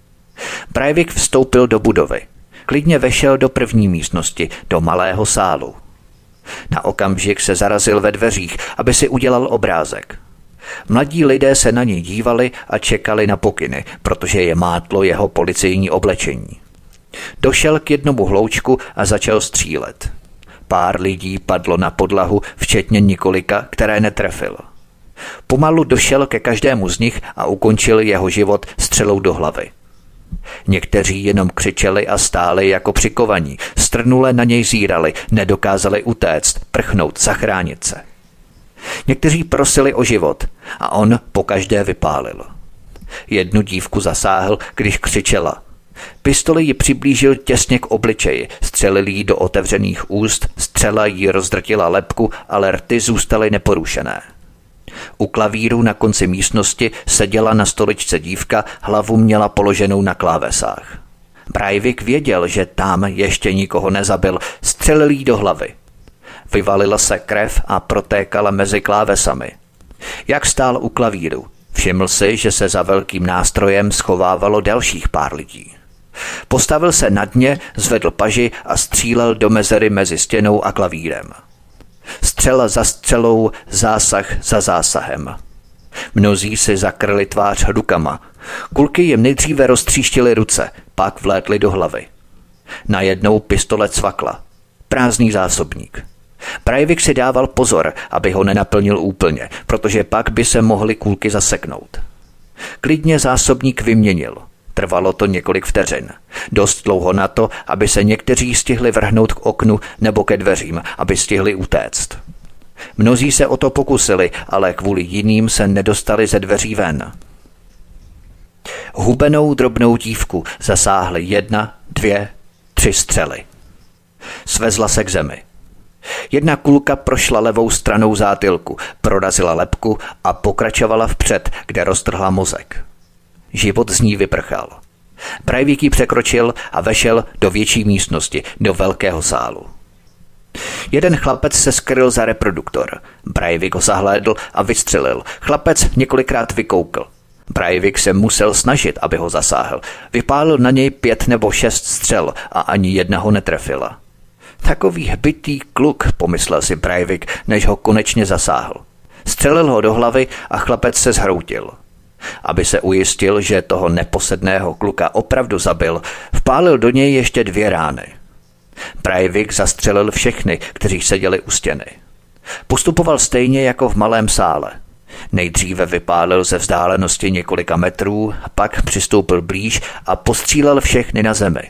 A: Breivik vstoupil do budovy. Klidně vešel do první místnosti, do malého sálu. Na okamžik se zarazil ve dveřích, aby si udělal obrázek. Mladí lidé se na něj dívali a čekali na pokyny, protože je mátlo jeho policejní oblečení. Došel k jednomu hloučku a začal střílet. Pár lidí padlo na podlahu, včetně několika, které netrefil. Pomalu došel ke každému z nich a ukončil jeho život střelou do hlavy. Někteří jenom křičeli a stáli jako přikovaní, strnule na něj zírali, nedokázali utéct, prchnout, zachránit se. Někteří prosili o život a on pokaždé vypálil. Jednu dívku zasáhl, když křičela. Pistoli ji přiblížil těsně k obličeji, střelil jí do otevřených úst, střela jí rozdrtila lebku, ale rty zůstaly neporušené. U klavíru na konci místnosti seděla na stoličce dívka, hlavu měla položenou na klávesách. Breivik věděl, že tam ještě nikoho nezabil, střelil jí do hlavy. Vyvalila se krev a protékala mezi klávesami. Jak stál u klavíru, všiml si, že se za velkým nástrojem schovávalo dalších pár lidí. Postavil se nad ně, zvedl paži a střílel do mezery mezi stěnou a klavírem. Střela za střelou, zásah za zásahem. Mnozí si zakryli tvář rukama. Kulky jim nejdříve roztříštily ruce, pak vlétly do hlavy. Najednou pistole cvakla. Prázdný zásobník. Breivik si dával pozor, aby ho nenaplnil úplně, protože pak by se mohly kulky zaseknout. Klidně zásobník vyměnil. Trvalo to několik vteřin. Dost dlouho na to, aby se někteří stihli vrhnout k oknu nebo ke dveřím, aby stihli utéct. Mnozí se o to pokusili, ale kvůli jiným se nedostali ze dveří ven. Hubenou drobnou dívku zasáhly jedna, dvě, tři střely. Svezla se k zemi. Jedna kulka prošla levou stranou zátylku, prorazila lebku a pokračovala vpřed, kde roztrhla mozek. Život z ní vyprchal. Breivik ji překročil a vešel do větší místnosti, do velkého sálu. Jeden chlapec se skryl za reproduktor. Breivik ho zahlédl a vystřelil. Chlapec několikrát vykoukl. Breivik se musel snažit, aby ho zasáhl. Vypálil na něj pět nebo šest střel a ani jedna ho netrefila. Takový hbitý kluk, pomyslel si Breivik, než ho konečně zasáhl. Střelil ho do hlavy a chlapec se zhroutil. Aby se ujistil, že toho neposedného kluka opravdu zabil, vpálil do něj ještě dvě rány. Breivik zastřelil všechny, kteří seděli u stěny. Postupoval stejně jako v malém sále. Nejdříve vypálil ze vzdálenosti několika metrů, pak přistoupil blíž a postřílel všechny na zemi.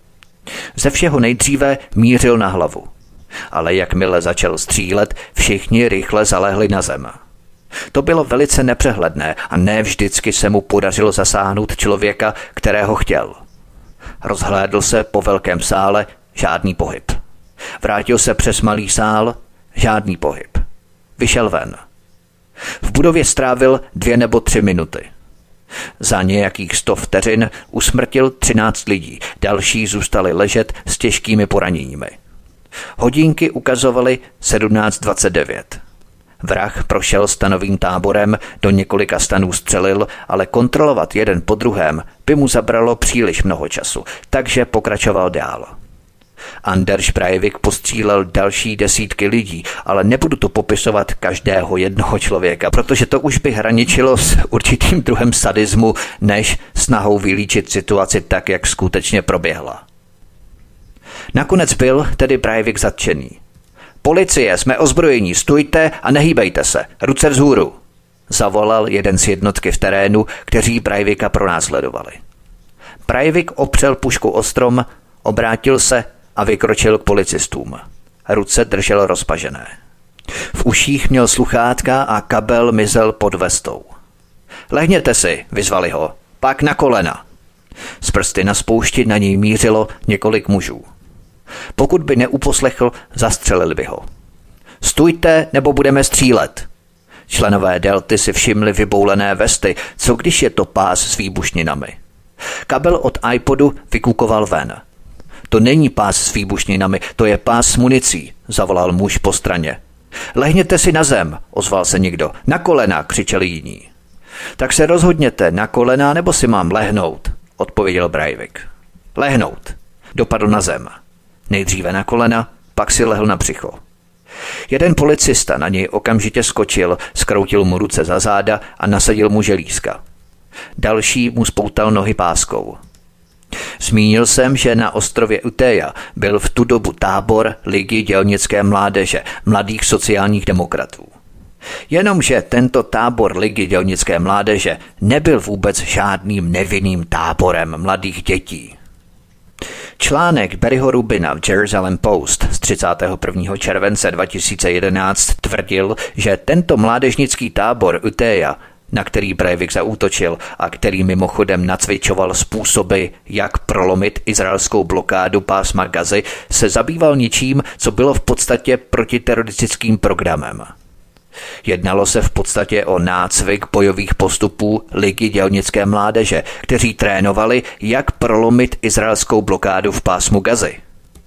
A: Ze všeho nejdříve mířil na hlavu. Ale jakmile začal střílet, všichni rychle zalehli na zem. To bylo velice nepřehledné a ne vždycky se mu podařilo zasáhnout člověka, kterého chtěl. Rozhlédl se po velkém sále, žádný pohyb. Vrátil se přes malý sál, žádný pohyb. Vyšel ven. V budově strávil dvě nebo tři minuty. Za nějakých sto vteřin usmrtil třináct lidí, další zůstali ležet s těžkými poraněními. Hodinky ukazovaly sedmnáct dvacet devět. Vrah prošel stanovým táborem, do několika stanů střelil, ale kontrolovat jeden po druhém by mu zabralo příliš mnoho času, takže pokračoval dál. Anders Breivik postřílel další desítky lidí, ale nebudu to popisovat každého jednoho člověka, protože to už by hraničilo s určitým druhem sadismu, než snahou vylíčit situaci tak, jak skutečně proběhla. Nakonec byl tedy Breivik zatčený. Policie, jsme ozbrojení, stůjte a nehýbejte se, ruce vzhůru, zavolal jeden z jednotky v terénu, kteří Breivika pronásledovali. Breivik opřel pušku o strom, obrátil se a vykročil k policistům. Ruce držel rozpažené. V uších měl sluchátka a kabel mizel pod vestou. Lehněte si, vyzvali ho, pak na kolena. Z prsty na spoušti na něj mířilo několik mužů. Pokud by neuposlechl, zastřelili by ho. Stůjte, nebo budeme střílet. Členové Delty si všimli vyboulené vesty, co když je to pás s výbušninami. Kabel od iPodu vykukoval ven. To není pás s výbušninami, to je pás s municí, zavolal muž po straně. Lehněte si na zem, ozval se někdo. Na kolena, křičeli jiní. Tak se rozhodněte, na kolena nebo si mám lehnout, odpověděl Breivik. Lehnout. Dopadl na zem. Nejdříve na kolena, pak si lehl na břicho. Jeden policista na něj okamžitě skočil, zkroutil mu ruce za záda a nasadil mu želízka. Další mu spoutal nohy páskou. Zmínil jsem, že na ostrově Uteja byl v tu dobu tábor Ligy dělnické mládeže, mladých sociálních demokratů. Jenomže tento tábor Ligy dělnické mládeže nebyl vůbec žádným nevinným táborem mladých dětí. Článek Barryho Rubina v Jerusalem Post z třicátého prvního července dva tisíce jedenáct tvrdil, že tento mládežnický tábor Uteja, na který Breivik zaútočil a který mimochodem nacvičoval způsoby, jak prolomit izraelskou blokádu pásma Gazy, se zabýval ničím, co bylo v podstatě protiteroristickým programem. Jednalo se v podstatě o nácvik bojových postupů Ligy dělnické mládeže, kteří trénovali, jak prolomit izraelskou blokádu v pásmu Gazy.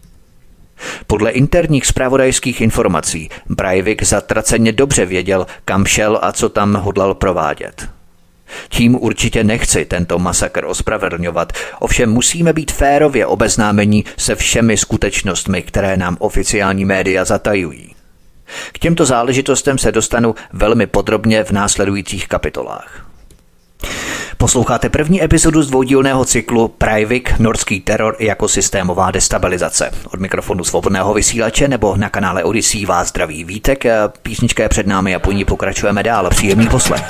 A: Podle interních zpravodajských informací Breivik zatraceně dobře věděl, kam šel a co tam hodlal provádět. Tím určitě nechci tento masakr ospravedlňovat, ovšem musíme být férově obeznámeni se všemi skutečnostmi, které nám oficiální média zatajují. K těmto záležitostem se dostanu velmi podrobně v následujících kapitolách. Posloucháte první epizodu z dvoudílného cyklu Breivik, norský teror jako systémová destabilizace. Od mikrofonu Svobodného vysílače nebo na kanále Odyssey vás zdraví Vítek. Písnička je před námi a po ní pokračujeme dál. Příjemný poslech.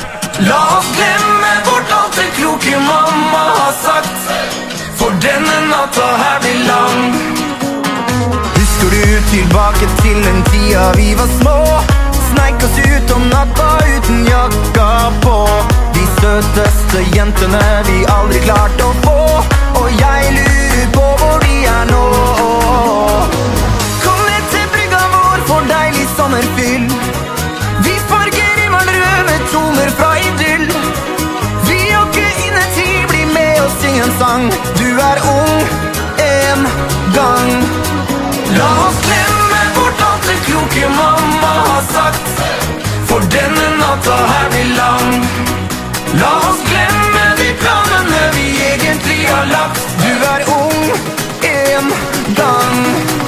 B: Husker du tilbake til den tida vi var små? Sneik oss ut om natta uten jakka på. De søteste jentene vi aldri klarte å få. Og jeg lurer på hvor de er nå. Kom ned til brygga vår for deilig sommerfyll. Vi farger i rød med toner fra idyll. Vi har ikke innetid, bli med og syng en sang. Du er ung en gang. La oss glemme bort alt det kloke mamma har sagt, for denne natta her blir lang. La oss glemme de planene vi egentlig har lagt. Du er ung en gang.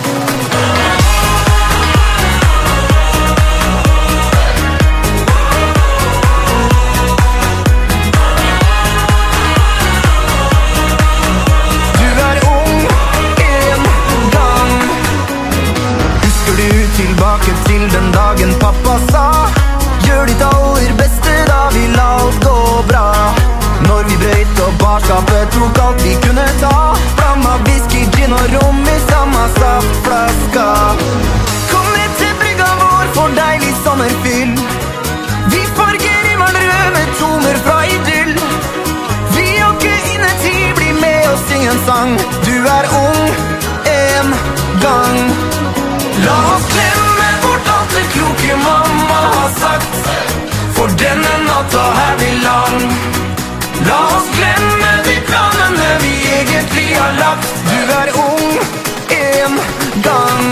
B: Tilbake til den dagen pappa sa gjør ditt aller beste da vi la alt gå bra. Når vi brøyt og barskapet tok alt vi kunne ta. Blanda whisky, gin og rom i samme saftflaska. Kom ned til brygga vår for deilig sommerfyll. Vi farger i rød med toner fra idyll. Vi har ikke innetid, bli med og syng en sang. Du er ung en gang. La oss glemme bort alt det kloke mamma har sagt, for denne natta her blir lang. La oss glemme de planene vi egentlig har lagt. Du er ung en gang.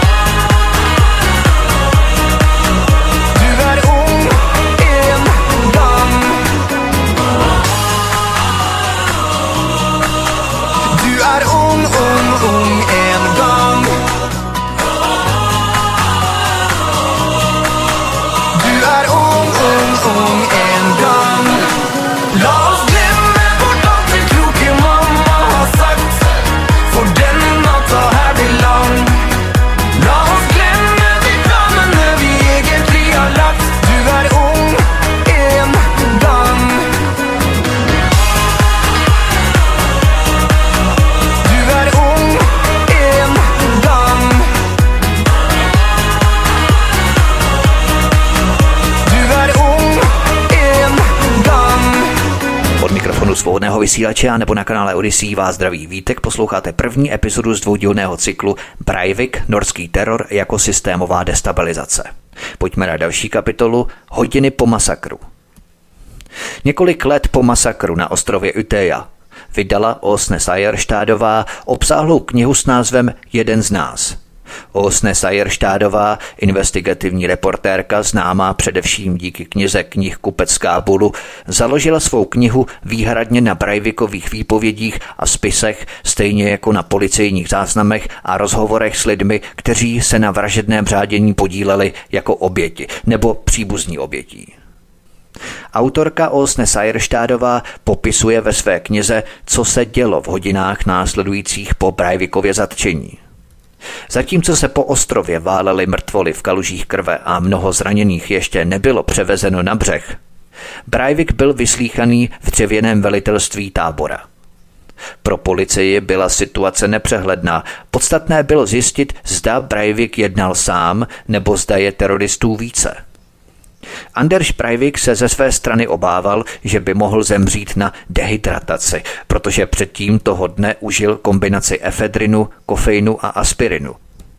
B: Du er ung en
A: Svobodného vysílače a nebo na kanále Odyssey vás zdraví Vítek. Posloucháte první epizodu z dvoudílného cyklu Breivik, norský teror jako systémová destabilizace. Pojďme na další kapitolu Hodiny po masakru. Několik let po masakru na ostrově Utøya vydala Åsne Seierstadová obsáhlou knihu s názvem Jeden z nás. Åsne Seierstadová, investigativní reportérka, známá především díky knize Knih Kupecká Bulu, založila svou knihu výhradně na Breivikových výpovědích a spisech, stejně jako na policejních záznamech a rozhovorech s lidmi, kteří se na vražedném řádění podíleli jako oběti nebo příbuzní obětí. Autorka Åsne Seierstadová popisuje ve své knize, co se dělo v hodinách následujících po Breivikově zatčení. Zatímco se po ostrově válely mrtvoly v kalužích krve a mnoho zraněných ještě nebylo převezeno na břeh, Breivik byl vyslýchaný v dřevěném velitelství tábora. Pro policii byla situace nepřehledná. Podstatné bylo zjistit, zda Breivik jednal sám nebo zda je teroristů více. Anders Breivik se ze své strany obával, že by mohl zemřít na dehydrataci, protože předtím toho dne užil kombinaci efedrinu, kofeinu a aspirinu.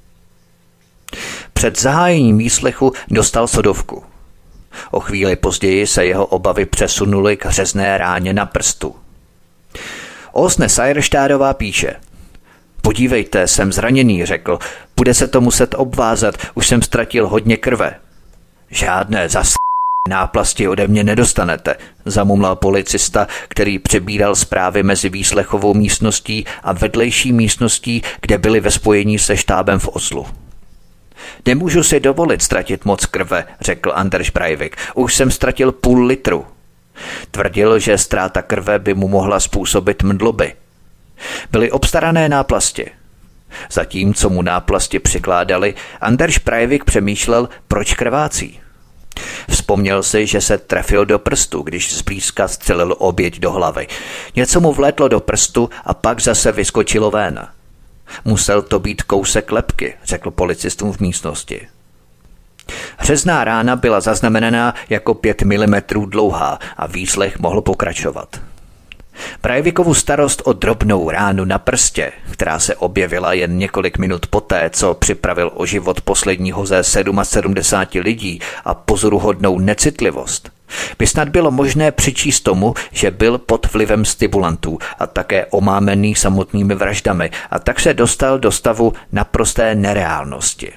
A: Před zahájením výslechu dostal sodovku. O chvíli později se jeho obavy přesunuly k řezné ráně na prstu. Åsne Seierstadová píše: Podívejte, jsem zraněný, řekl, bude se to muset obvázat, už jsem ztratil hodně krve. Žádné zas náplasti ode mě nedostanete, zamumlal policista, který přebíral zprávy mezi výslechovou místností a vedlejší místností, kde byli ve spojení se štábem v Oslu. Nemůžu si dovolit ztratit moc krve, řekl Anders Breivik, už jsem ztratil půl litru. Tvrdil, že ztráta krve by mu mohla způsobit mdloby. Byly obstarané náplasti. Zatímco mu náplasti přikládali, Anders Breivik přemýšlel, proč krvácí. Vzpomněl si, že se trefil do prstu, když zblízka střelil oběť do hlavy. Něco mu vlétlo do prstu a pak zase vyskočilo ven. Musel to být kousek lebky, řekl policistům v místnosti. Řezná rána byla zaznamenaná jako pět milimetrů dlouhá a výslech mohl pokračovat. Breivikovu starost o drobnou ránu na prstě, která se objevila jen několik minut poté, co připravil o život posledního ze sedmdesáti sedmi lidí a pozoruhodnou necitlivost, by snad bylo možné přičíst tomu, že byl pod vlivem stimulantů a také omámený samotnými vraždami a tak se dostal do stavu naprosté nereálnosti.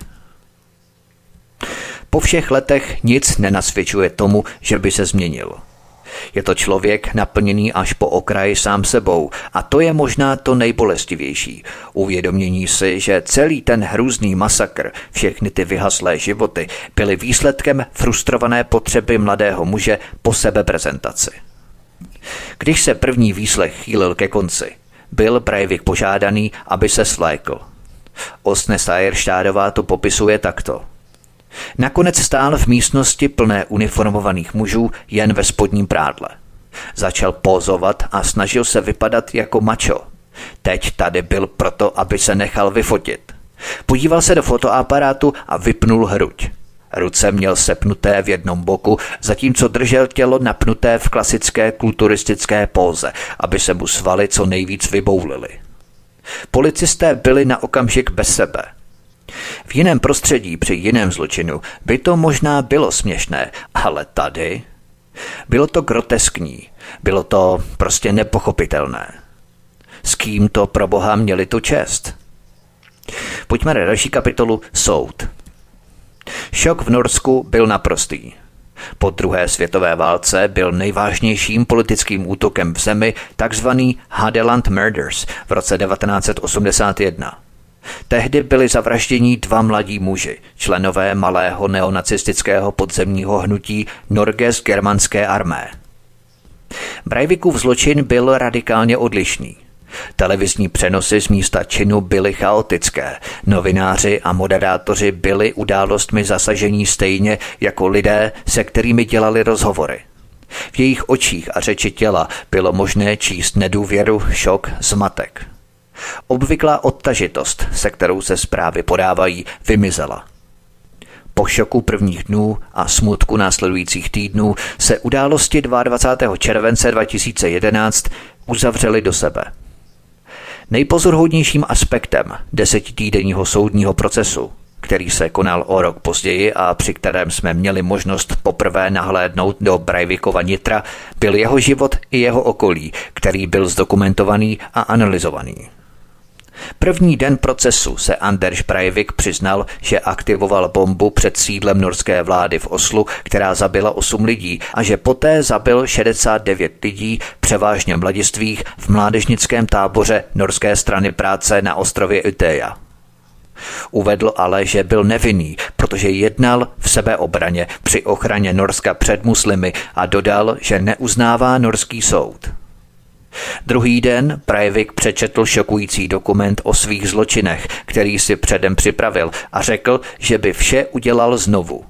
A: Po všech letech nic nenasvědčuje tomu, že by se změnil. Je to člověk naplněný až po okraj sám sebou a to je možná to nejbolestivější. Uvědomění si, že celý ten hrůzný masakr, všechny ty vyhaslé životy byly výsledkem frustrované potřeby mladého muže po sebeprezentaci. Když se první výslech chýlil ke konci, byl Breivik požádaný, aby se svlékl. Åsne Seierstadová to popisuje takto. Nakonec stál v místnosti plné uniformovaných mužů jen ve spodním prádle. Začal pózovat a snažil se vypadat jako mačo. Teď tady byl proto, aby se nechal vyfotit. Podíval se do fotoaparátu a vypnul hruď. Ruce měl sepnuté v jednom boku, zatímco držel tělo napnuté v klasické kulturistické póze, aby se mu svaly co nejvíc vyboulily. Policisté byli na okamžik bez sebe. V jiném prostředí, při jiném zločinu, by to možná bylo směšné, ale tady bylo to groteskní, bylo to prostě nepochopitelné. S kým to pro boha měli tu čest? Pojďme na další kapitolu Soud. Šok v Norsku byl naprostý. Po druhé světové válce byl nejvážnějším politickým útokem v zemi takzvaný Hadeland Murders v roce devatenáct set osmdesát jedna. Tehdy byli zavražděni dva mladí muži, členové malého neonacistického podzemního hnutí Norges germanské armé. Breivikův zločin byl radikálně odlišný. Televizní přenosy z místa činu byly chaotické, novináři a moderátoři byli událostmi zasažení stejně jako lidé, se kterými dělali rozhovory. V jejich očích a řeči těla bylo možné číst nedůvěru, šok, zmatek. Obvyklá odtažitost, se kterou se zprávy podávají, vymizela. Po šoku prvních dnů a smutku následujících týdnů se události dvacátého druhého července dva tisíce jedenáct uzavřely do sebe. Nejpozoruhodnějším aspektem desetitýdenního soudního procesu, který se konal o rok později a při kterém jsme měli možnost poprvé nahlédnout do Breivikova nitra, byl jeho život i jeho okolí, který byl zdokumentovaný a analyzovaný. První den procesu se Anders Breivik přiznal, že aktivoval bombu před sídlem norské vlády v Oslu, která zabila osm lidí, a že poté zabil šedesát devět lidí, převážně mladistvých, v mládežnickém táboře Norské strany práce na ostrově Utøya. Uvedl ale, že byl nevinný, protože jednal v sebeobraně při ochraně Norska před muslimy, a dodal, že neuznává norský soud. Druhý den Breivik přečetl šokující dokument o svých zločinech, který si předem připravil, a řekl, že by vše udělal znovu.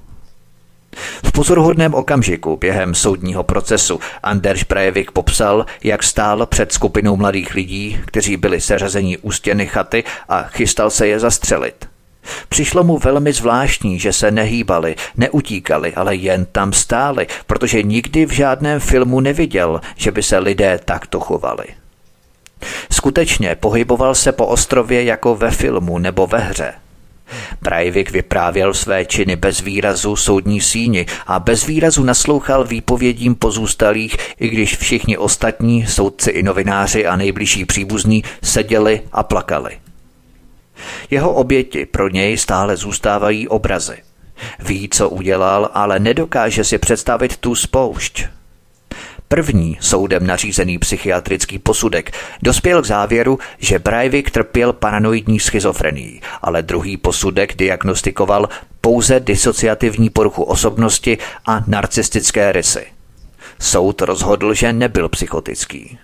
A: V pozoruhodném okamžiku během soudního procesu Anders Breivik popsal, jak stál před skupinou mladých lidí, kteří byli seřazeni u stěny chaty, a chystal se je zastřelit. Přišlo mu velmi zvláštní, že se nehýbali, neutíkali, ale jen tam stáli, protože nikdy v žádném filmu neviděl, že by se lidé takto chovali. Skutečně pohyboval se po ostrově jako ve filmu nebo ve hře. Breivik vyprávěl své činy bez výrazu soudní síni a bez výrazu naslouchal výpovědím pozůstalých, i když všichni ostatní, soudci i novináři a nejbližší příbuzní, seděli a plakali. Jeho oběti pro něj stále zůstávají obrazy. Ví, co udělal, ale nedokáže si představit tu spoušť. První soudem nařízený psychiatrický posudek dospěl k závěru, že Breivik trpěl paranoidní schizofrenií, ale druhý posudek diagnostikoval pouze disociativní poruchu osobnosti a narcistické rysy. Soud rozhodl, že nebyl psychotický.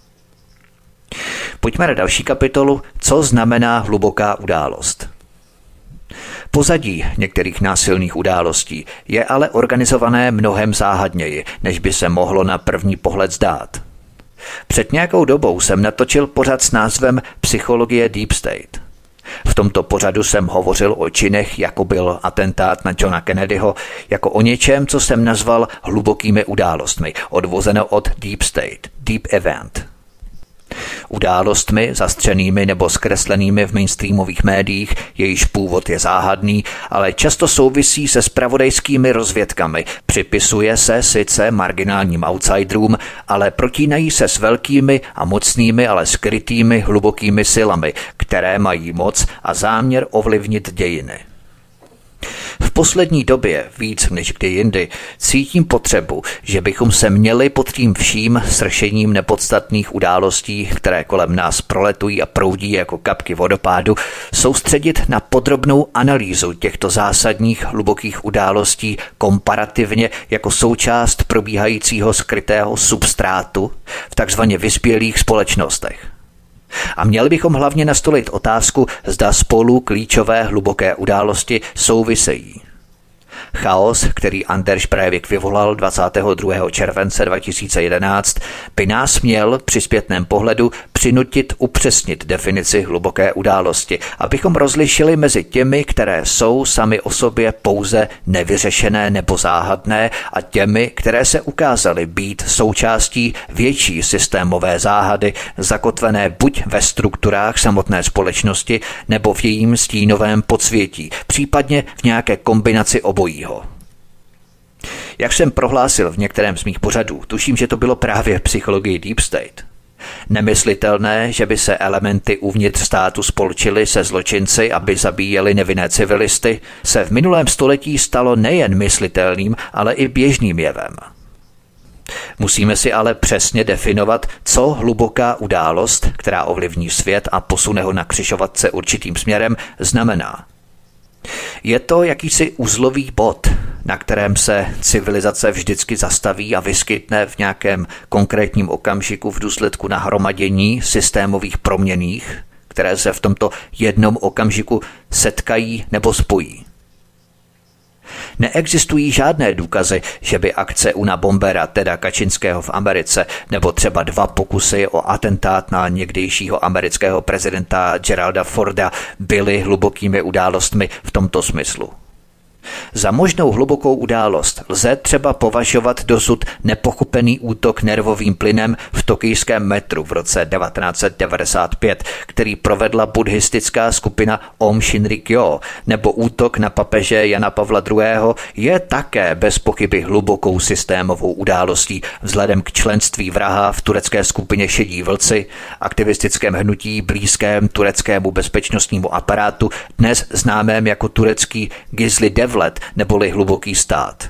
A: Pojďme na další kapitolu, co znamená hluboká událost. Pozadí některých násilných událostí je ale organizované mnohem záhadněji, než by se mohlo na první pohled zdát. Před nějakou dobou jsem natočil pořad s názvem Psychologie Deep State. V tomto pořadu jsem hovořil o činech, jako byl atentát na Johna Kennedyho, jako o něčem, co jsem nazval hlubokými událostmi, odvozeno od Deep State, Deep Event. Událostmi zastřenými nebo zkreslenými v mainstreamových médiích, jejíž původ je záhadný, ale často souvisí se zpravodajskými rozvědkami, připisuje se sice marginálním outsiderům, ale protínají se s velkými a mocnými, ale skrytými hlubokými silami, které mají moc a záměr ovlivnit dějiny. V poslední době, víc než kdy jindy, cítím potřebu, že bychom se měli pod tím vším sršením nepodstatných událostí, které kolem nás proletují a proudí jako kapky vodopádu, soustředit na podrobnou analýzu těchto zásadních hlubokých událostí komparativně jako součást probíhajícího skrytého substrátu v takzvaně vyspělých společnostech. A měli bychom hlavně nastolit otázku, zda spolu klíčové hluboké události souvisejí. Chaos, který Anders Breivik vyvolal dvacátého druhého července dva tisíce jedenáct, by nás měl při zpětném pohledu přinutit upřesnit definici hluboké události, abychom rozlišili mezi těmi, které jsou sami o sobě pouze nevyřešené nebo záhadné, a těmi, které se ukázaly být součástí větší systémové záhady, zakotvené buď ve strukturách samotné společnosti, nebo v jejím stínovém podsvětí, případně v nějaké kombinaci obojího. Jak jsem prohlásil v některém z mých pořadů, tuším, že to bylo právě v psychologii Deep State. Nemyslitelné, že by se elementy uvnitř státu spolčily se zločinci, aby zabíjeli nevinné civilisty, se v minulém století stalo nejen myslitelným, ale i běžným jevem. Musíme si ale přesně definovat, co hluboká událost, která ovlivní svět a posune ho na křižovatce určitým směrem, znamená. Je to jakýsi uzlový bod, na kterém se civilizace vždycky zastaví a vyskytne v nějakém konkrétním okamžiku v důsledku nahromadění systémových proměnných, které se v tomto jednom okamžiku setkají nebo spojí. Neexistují žádné důkazy, že by akce Una Bombera, teda Kačinského v Americe, nebo třeba dva pokusy o atentát na někdejšího amerického prezidenta Geralda Forda byly hlubokými událostmi v tomto smyslu. Za možnou hlubokou událost lze třeba považovat dosud nepochopený útok nervovým plynem v tokijském metru v roce devatenáct set devadesát pět, který provedla buddhistická skupina Aum Shinrikyo, nebo útok na papeže Jana Pavla druhého. je také bez pochyby hlubokou systémovou událostí vzhledem k členství vraha v turecké skupině Šedí vlci, aktivistickém hnutí blízkém tureckému bezpečnostnímu aparátu, dnes známém jako turecký Gizli Devlet neboli hluboký stát.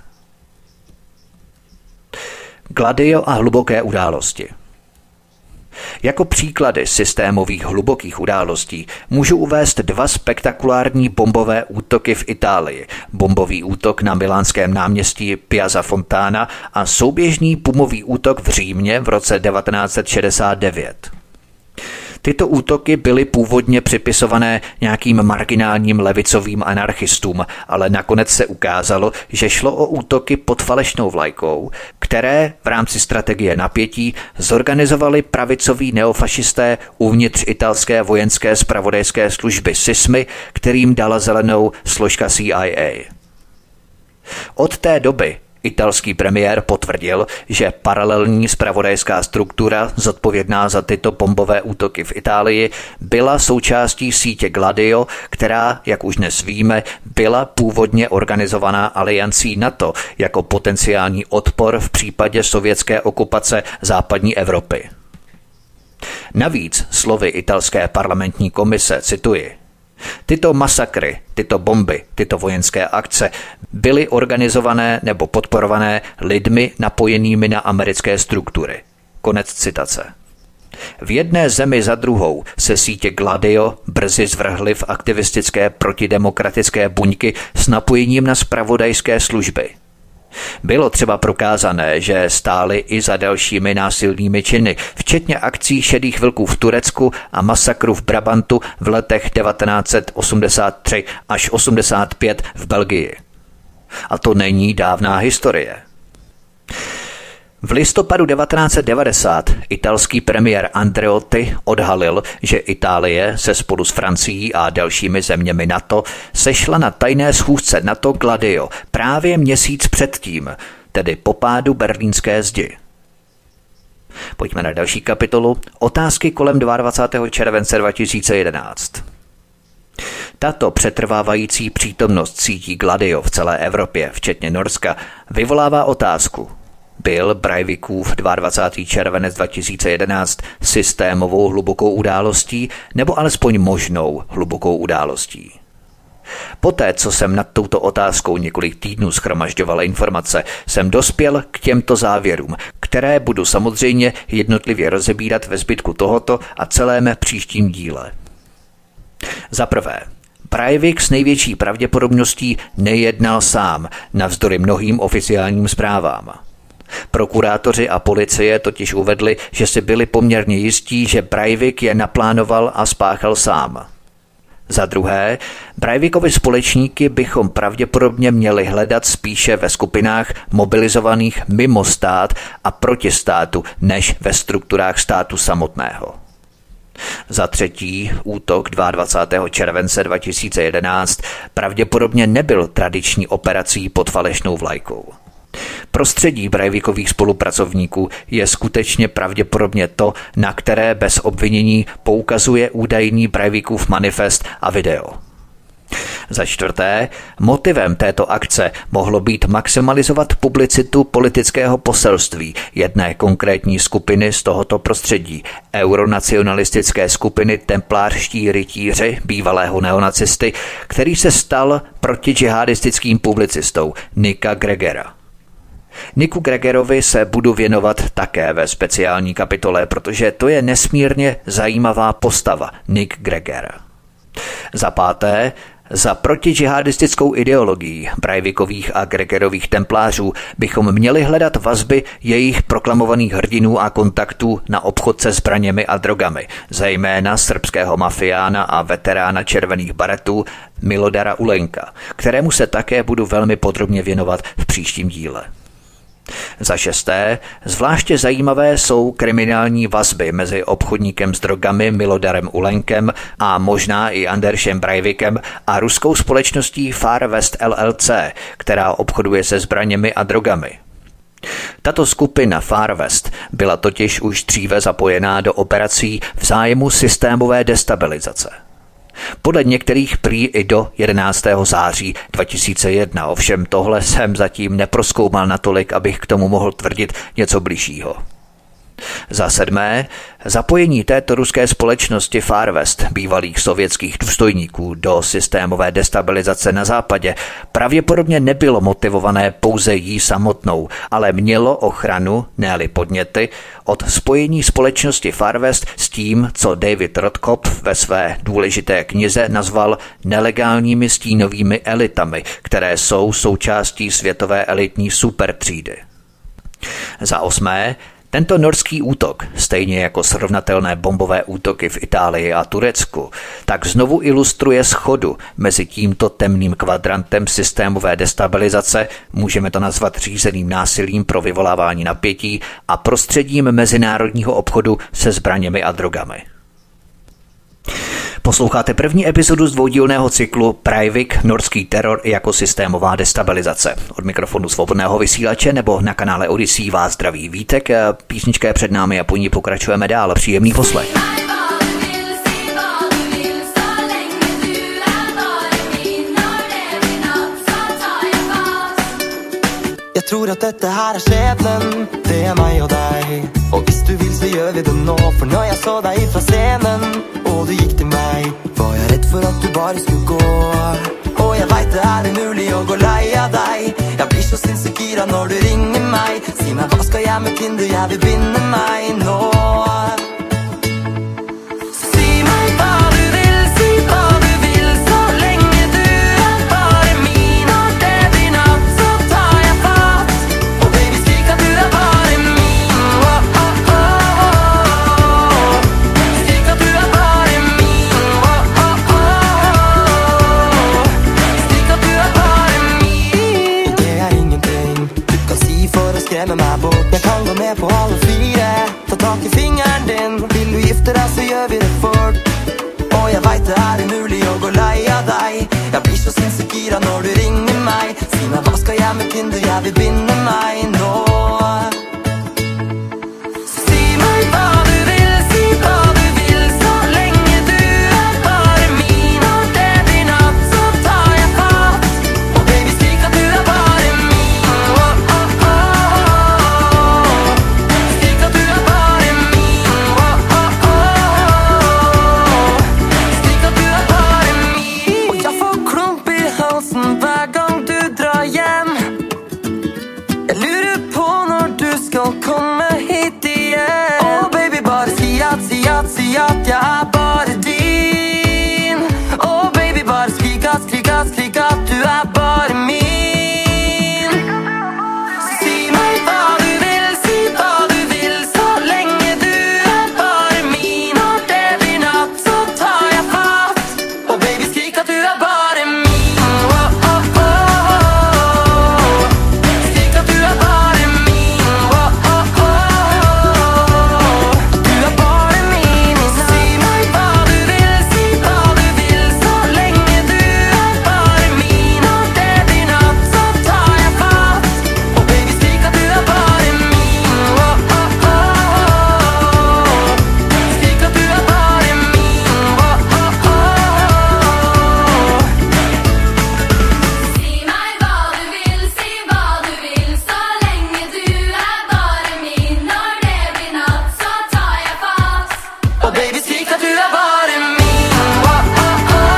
A: Gladio a hluboké události. Jako příklady systémových hlubokých událostí můžu uvést dva spektakulární bombové útoky v Itálii. Bombový útok na milánském náměstí Piazza Fontana a souběžný pumový útok v Římě v roce devatenáct set šedesát devět. Tyto útoky byly původně připisované nějakým marginálním levicovým anarchistům, ale nakonec se ukázalo, že šlo o útoky pod falešnou vlajkou, které v rámci strategie napětí zorganizovali pravicoví neofašisté uvnitř italské vojenské zpravodajské služby SISMY, kterým dala zelenou složka C I A. Od té doby italský premiér potvrdil, že paralelní zpravodajská struktura zodpovědná za tyto bombové útoky v Itálii byla součástí sítě Gladio, která, jak už dnes víme, byla původně organizovaná aliancí NATO jako potenciální odpor v případě sovětské okupace západní Evropy. Navíc slovy italské parlamentní komise, cituji, tyto masakry, tyto bomby, tyto vojenské akce byly organizované nebo podporované lidmi napojenými na americké struktury. Konec citace. V jedné zemi za druhou se sítě Gladio brzy zvrhly v aktivistické protidemokratické buňky s napojením na zpravodajské služby. Bylo třeba prokázané, že stály i za dalšími násilnými činy, včetně akcí šedých vlků v Turecku a masakru v Brabantu v letech devatenáct set osmdesát tři až osmdesát pět v Belgii. A to není dávná historie. V listopadu devatenáct set devadesát italský premiér Andreotti odhalil, že Itálie se spolu s Francií a dalšími zeměmi NATO sešla na tajné schůzce NATO Gladio právě měsíc předtím, tedy po pádu berlínské zdi. Pojďme na další kapitolu. Otázky kolem dvacátého druhého července dva tisíce jedenáct. Tato přetrvávající přítomnost sítí Gladio v celé Evropě, včetně Norska, vyvolává otázku. Byl Breivikův dvacátého druhého červenec dva tisíce jedenáct systémovou hlubokou událostí nebo alespoň možnou hlubokou událostí? Poté, co jsem nad touto otázkou několik týdnů shromažďoval informace, jsem dospěl k těmto závěrům, které budu samozřejmě jednotlivě rozebírat ve zbytku tohoto a celém příštím díle. Za prvé, Breivik s největší pravděpodobností nejednal sám, navzdory mnohým oficiálním zprávám. Prokurátoři a policie totiž uvedli, že si byli poměrně jistí, že Breivik je naplánoval a spáchal sám. Za druhé, Breivikovi společníky bychom pravděpodobně měli hledat spíše ve skupinách mobilizovaných mimo stát a proti státu, než ve strukturách státu samotného. Za třetí, útok dvacátého druhého července dva tisíce jedenáct pravděpodobně nebyl tradiční operací pod falešnou vlajkou. Prostředí Breivikových spolupracovníků je skutečně pravděpodobně to, na které bez obvinění poukazuje údajný Breivikův manifest a video. Za čtvrté, motivem této akce mohlo být maximalizovat publicitu politického poselství jedné konkrétní skupiny z tohoto prostředí, euronacionalistické skupiny Templářští rytíři, bývalého neonacisty, který se stal protidžihadistickým publicistou Nicka Gregera. Nicku Gregerovi se budu věnovat také ve speciální kapitole, protože to je nesmírně zajímavá postava, Nick Greger. Za páté, za protidžihadistickou ideologií Breivikových a Gregerových templářů bychom měli hledat vazby jejich proklamovaných hrdinů a kontaktů na obchod se zbraněmi a drogami, zejména srbského mafiána a veterána červených baretů Milodara Ulenka, kterému se také budu velmi podrobně věnovat v příštím díle. Za šesté, zvláště zajímavé jsou kriminální vazby mezi obchodníkem s drogami Milodarem Ulenkem a možná i Andersem Breivikem a ruskou společností Far West L L C, která obchoduje se zbraněmi a drogami. Tato skupina Far West byla totiž už dříve zapojená do operací v zájmu systémové destabilizace. Podle některých prý i do jedenáctého září dva tisíce jedna, ovšem tohle jsem zatím neprozkoumal natolik, abych k tomu mohl tvrdit něco bližšího. Za sedmé, zapojení této ruské společnosti Far West, bývalých sovětských důstojníků, do systémové destabilizace na západě pravděpodobně nebylo motivované pouze jí samotnou, ale mělo ochranu, ne-li podněty, od spojení společnosti Far West s tím, co David Rothkopf ve své důležité knize nazval nelegálními stínovými elitami, které jsou součástí světové elitní supertřídy. Za osmé, tento norský útok, stejně jako srovnatelné bombové útoky v Itálii a Turecku, tak znovu ilustruje shodu mezi tímto temným kvadrantem systémové destabilizace, můžeme to nazvat řízeným násilím pro vyvolávání napětí, a prostředím mezinárodního obchodu se zbraněmi a drogami. Posloucháte první epizodu z dvoudílného cyklu Breivik, norský teror jako systémová destabilizace. Od mikrofonu svobodného vysílače nebo na kanále Odyssey vás zdraví Vítek, písnička je před námi a po ní pokračujeme dál. Příjemný poslech.
B: Jag tror att detta här är skebnen, det är mig och dig. Och hvis du vill så gör vi det nå, för när jag såg dig från scenen och du gick till mig, var jag rädd för att du bara skulle gå. Och jag vet det här är muligt att gå leja dig. Jag blir så sinnssäker när du ringer mig. Säg mig vad ska jag med Tinder, jag vill binda mig nå. Säg mig vad du vill, säg vad du vill, så länge du är bara min. Och det blir natt så tar jag fatt. Och baby skrik att du är bara min. Oh, oh, oh. Skrik att du är bara min. Oh, oh, oh. Skrik att du är bara min. Och det är ingenting du kan si för att skrämma mig bort. Jag kan gå med på alla fyra, ta tag i fingern din. Vill du gifta dig så gör vi det fort. Och jag vet det här är muligt att gå leja dig. Jag blir så sinnssäker när du ringer mig. Säg mig vad ska jag med Tinder, jag vill binda mig nå. Säg mig vad du vill, säg vad du vill, så länge du är bara min. Och det blir natt så tar jag fatt. Och baby skrik att du är bara min. Oh, oh, oh. Skrik att du är bara min. Oh, oh, oh. Skrik att du är bara min. Och jag får klump i halsen hver gang du drar hjem. Jeg lurer på når du skal komme hit igjen. Åh baby, bare si at, si at, si at jeg er bare din. Åh baby, bare skrik at, skrik at, skrik at du er bare min. Si meg hva du vil, si hva du vil, så lenge du er bare min. Og det blir natt, så tar jeg fatt. Og baby, skrik at du er bare min. Oh, oh, oh. Skrik at du er bare min. Oh, oh, oh. Du er bare min. Si meg hva du vil, si hva du vil, så lenge du er bare min. Og det blir natt, så tar jeg fatt. Og baby, skrik at du er bare min. Oh, oh, oh. Skrik at du er bare min. Oh, oh, oh.
C: Si meg hva du vil, si hva du vil, så lenge du er bare min. Når det blir natt, så tar jeg fatt.
B: Og baby, skrik at du er bare min. Oh, oh, oh.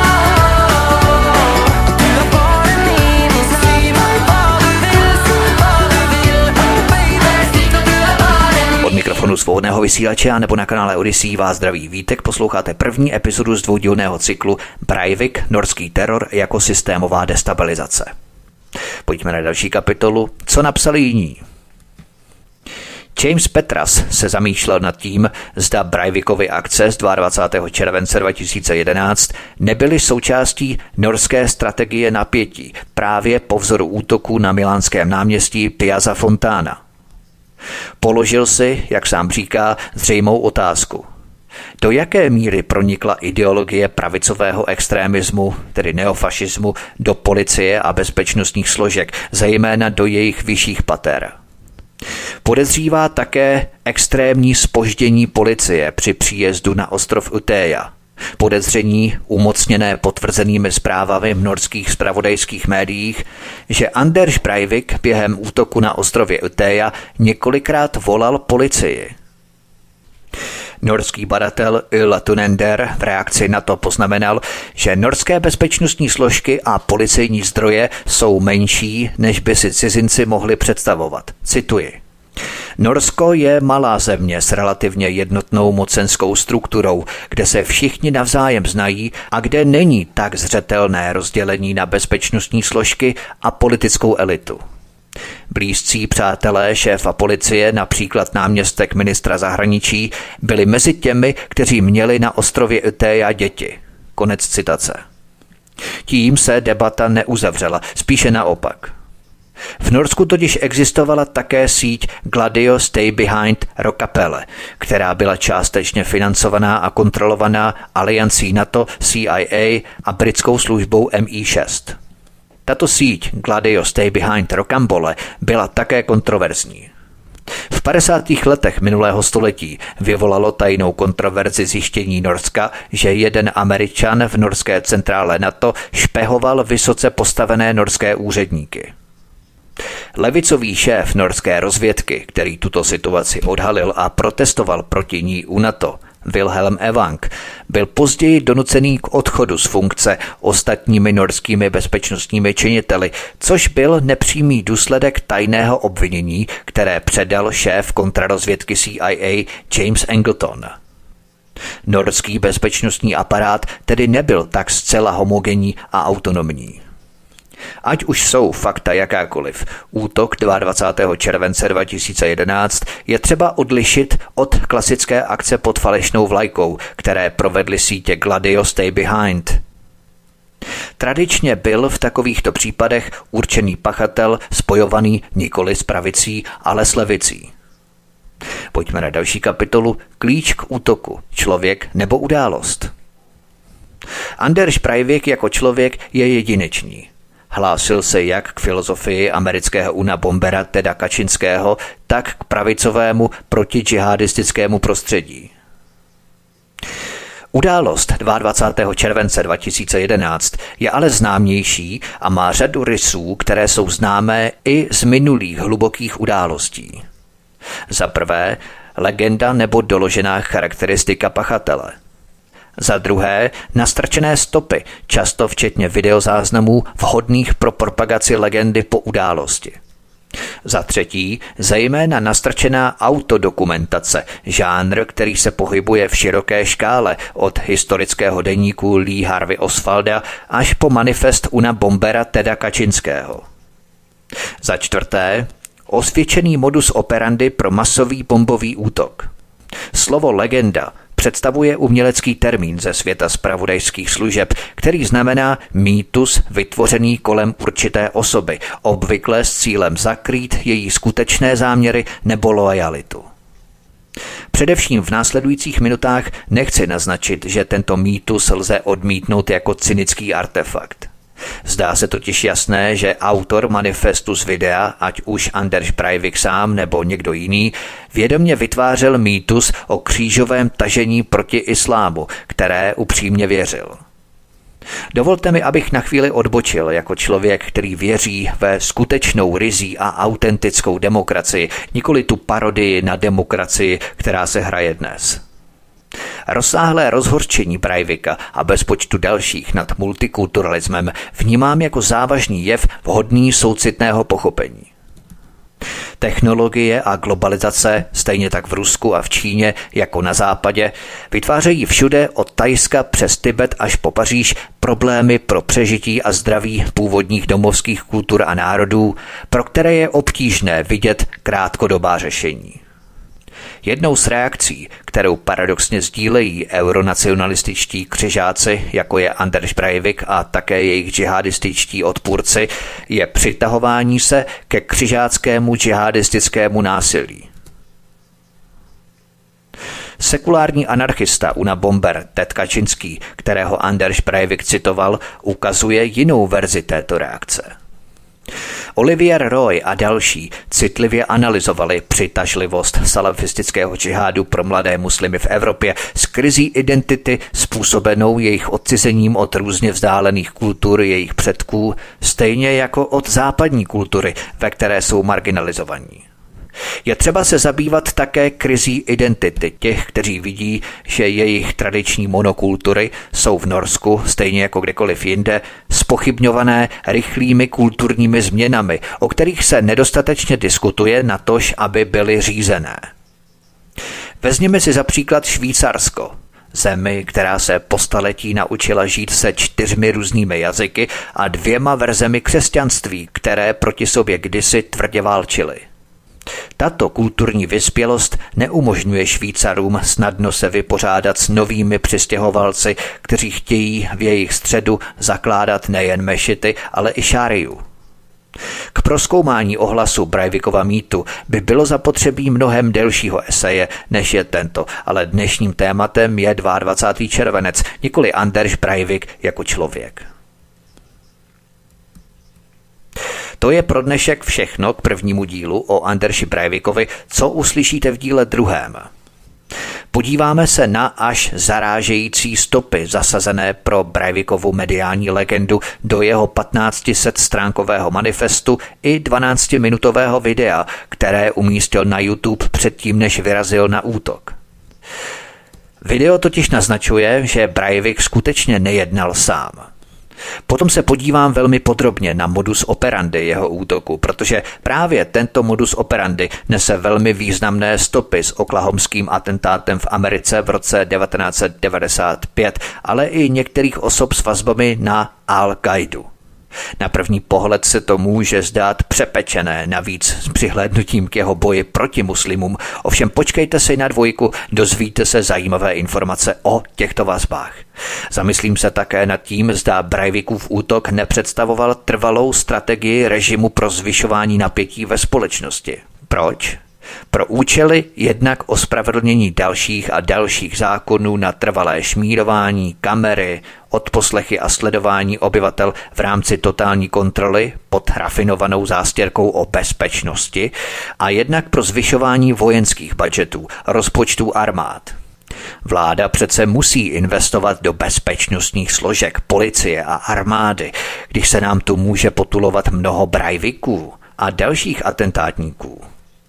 B: Du er bare min. Si meg hva du vil, si hva du vil. Oh baby, skrik at du er bare min.
A: Od mikrofonu svobodného vysílače nebo na kanále Odyssey vás zdraví Vítek, posloucháte první epizodu z dvoudílného cyklu Breivik, norský teror jako systémová destabilizace. Pojďme na další kapitolu. Co napsali jiní? James Petras se zamýšlel nad tím, zda Breivikovy akce z dvacátého druhého července dva tisíce jedenáct nebyly součástí norské strategie napětí právě po vzoru útoku na milánském náměstí Piazza Fontana. Položil si, jak sám říká, zřejmou otázku. Do jaké míry pronikla ideologie pravicového extrémismu, tedy neofašismu, do policie a bezpečnostních složek, zejména do jejich vyšších pater? Podezřívá také extrémní zpoždění policie při příjezdu na ostrov Utéja. Podezření umocněné potvrzenými zprávami v norských zpravodajských médiích, že Anders Breivik během útoku na ostrově Utéja několikrát volal policii. Norský badatel Ulla Tunender v reakci na to poznamenal, že norské bezpečnostní složky a policejní zdroje jsou menší, než by si cizinci mohli představovat. Cituji. Norsko je malá země s relativně jednotnou mocenskou strukturou, kde se všichni navzájem znají a kde není tak zřetelné rozdělení na bezpečnostní složky a politickou elitu. Blízcí přátelé šéfa policie, například náměstek ministra zahraničí, byli mezi těmi, kteří měli na ostrově Utéja děti. Konec citace. Tím se debata neuzavřela, spíše naopak. V Norsku totiž existovala také síť Gladio Stay Behind Rockapelle, která byla částečně financovaná a kontrolovaná aliancí NATO, C I A a britskou službou M I šest. Tato síť Gladio Stay Behind Rocambole byla také kontroverzní. V padesátých letech minulého století vyvolalo tajnou kontroverzi zjištění Norska, že jeden Američan v norské centrále NATO špehoval vysoce postavené norské úředníky. Levicový šéf norské rozvědky, který tuto situaci odhalil a protestoval proti ní u NATO, Wilhelm Evang, byl později donucený k odchodu z funkce ostatními norskými bezpečnostními činiteli, což byl nepřímý důsledek tajného obvinění, které předal šéf kontrarozvědky C I A James Angleton. Norský bezpečnostní aparát tedy nebyl tak zcela homogenní a autonomní. Ať už jsou fakta jakákoliv, útok dvacátého druhého července dva tisíce jedenáct je třeba odlišit od klasické akce pod falešnou vlajkou, které provedly sítě Gladio Stay Behind. Tradičně byl v takovýchto případech určený pachatel spojovaný nikoli s pravicí, ale s levicí. Pojďme na další kapitolu Klíč k útoku, člověk nebo událost. Anders Breivik jako člověk je jedinečný. Hlásil se jak k filozofii amerického unabombera Teda Kačinského, tak k pravicovému protidžihadistickému prostředí. Událost dvacátého druhého července dva tisíce jedenáct je ale známější a má řadu rysů, které jsou známé i z minulých hlubokých událostí. Za prvé, legenda nebo doložená charakteristika pachatele. Za druhé, nastrčené stopy, často včetně videozáznamů vhodných pro propagaci legendy po události. Za třetí, zejména nastrčená autodokumentace, žánr, který se pohybuje v široké škále od historického deníku Lee Harvey Oswalda až po manifest unabombera Teda Kačinského. Za čtvrté, osvědčený modus operandi pro masový bombový útok. Slovo legenda představuje umělecký termín ze světa zpravodajských služeb, který znamená mýtus vytvořený kolem určité osoby, obvykle s cílem zakrýt její skutečné záměry nebo loajalitu. Především v následujících minutách nechci naznačit, že tento mýtus lze odmítnout jako cynický artefakt. Zdá se totiž jasné, že autor manifestu z videa, ať už Anders Breivik sám nebo někdo jiný, vědomě vytvářel mýtus o křížovém tažení proti islámu, které upřímně věřil. Dovolte mi, abych na chvíli odbočil jako člověk, který věří ve skutečnou ryzí a autentickou demokracii, nikoli tu parodii na demokracii, která se hraje dnes. Rozsáhlé rozhořčení Breivika a bezpočtu dalších nad multikulturalismem vnímám jako závažný jev vhodný soucitného pochopení. Technologie a globalizace, stejně tak v Rusku a v Číně jako na západě, vytvářejí všude od Thajska přes Tibet až po Paříž problémy pro přežití a zdraví původních domovských kultur a národů, pro které je obtížné vidět krátkodobá řešení. Jednou z reakcí, kterou paradoxně sdílejí euronacionalističtí křižáci, jako je Anders Breivik a také jejich džihadističtí odpůrci, je přitahování se ke křižáckému džihadistickému násilí. Sekulární anarchista Una Bomber Ted Kaczynski, kterého Anders Breivik citoval, ukazuje jinou verzi této reakce. Olivier Roy a další citlivě analyzovali přitažlivost salafistického džihádu pro mladé muslimy v Evropě s krizí identity způsobenou jejich odcizením od různě vzdálených kultur jejich předků, stejně jako od západní kultury, ve které jsou marginalizovaní. Je třeba se zabývat také krizí identity těch, kteří vidí, že jejich tradiční monokultury jsou v Norsku, stejně jako kdekoliv jinde, zpochybňované rychlými kulturními změnami, o kterých se nedostatečně diskutuje natož, aby byly řízené. Vezměme si za příklad Švýcarsko, zemi, která se po staletí naučila žít se čtyřmi různými jazyky a dvěma verzemi křesťanství, které proti sobě kdysi tvrdě válčily. Tato kulturní vyspělost neumožňuje Švýcarům snadno se vypořádat s novými přistěhovalci, kteří chtějí v jejich středu zakládat nejen mešity, ale i šáriu. K prozkoumání ohlasu Breivikova mýtu by bylo zapotřebí mnohem delšího eseje, než je tento, ale dnešním tématem je dvacátého druhého červenec, nikoli Anders Breivik jako člověk. To je pro dnešek všechno k prvnímu dílu o Andersi Breivikovi, co uslyšíte v díle druhém. Podíváme se na až zarážející stopy zasazené pro Breivikovu mediální legendu do jeho patnáctisetstránkového manifestu i dvanáctiminutového videa, které umístil na YouTube předtím, než vyrazil na útok. Video totiž naznačuje, že Breivik skutečně nejednal sám. Potom se podívám velmi podrobně na modus operandi jeho útoku, protože právě tento modus operandi nese velmi významné stopy s oklahomským atentátem v Americe v roce devatenáct set devadesát pět, ale i některých osob s vazbami na Al-Qaidu. Na první pohled se to může zdát přepečené, navíc s přihlédnutím k jeho boji proti muslimům. Ovšem počkejte si na dvojku, dozvíte se zajímavé informace o těchto vazbách. Zamyslím se také nad tím, zda Breivikův útok nepředstavoval trvalou strategii režimu pro zvyšování napětí ve společnosti. Proč? Pro účely jednak ospravedlnění dalších a dalších zákonů na trvalé šmírování, kamery, odposlechy a sledování obyvatel v rámci totální kontroly pod rafinovanou zástěrkou o bezpečnosti a jednak pro zvyšování vojenských budgetů, rozpočtů armád. Vláda přece musí investovat do bezpečnostních složek, policie a armády, když se nám tu může potulovat mnoho Breiviků a dalších atentátníků.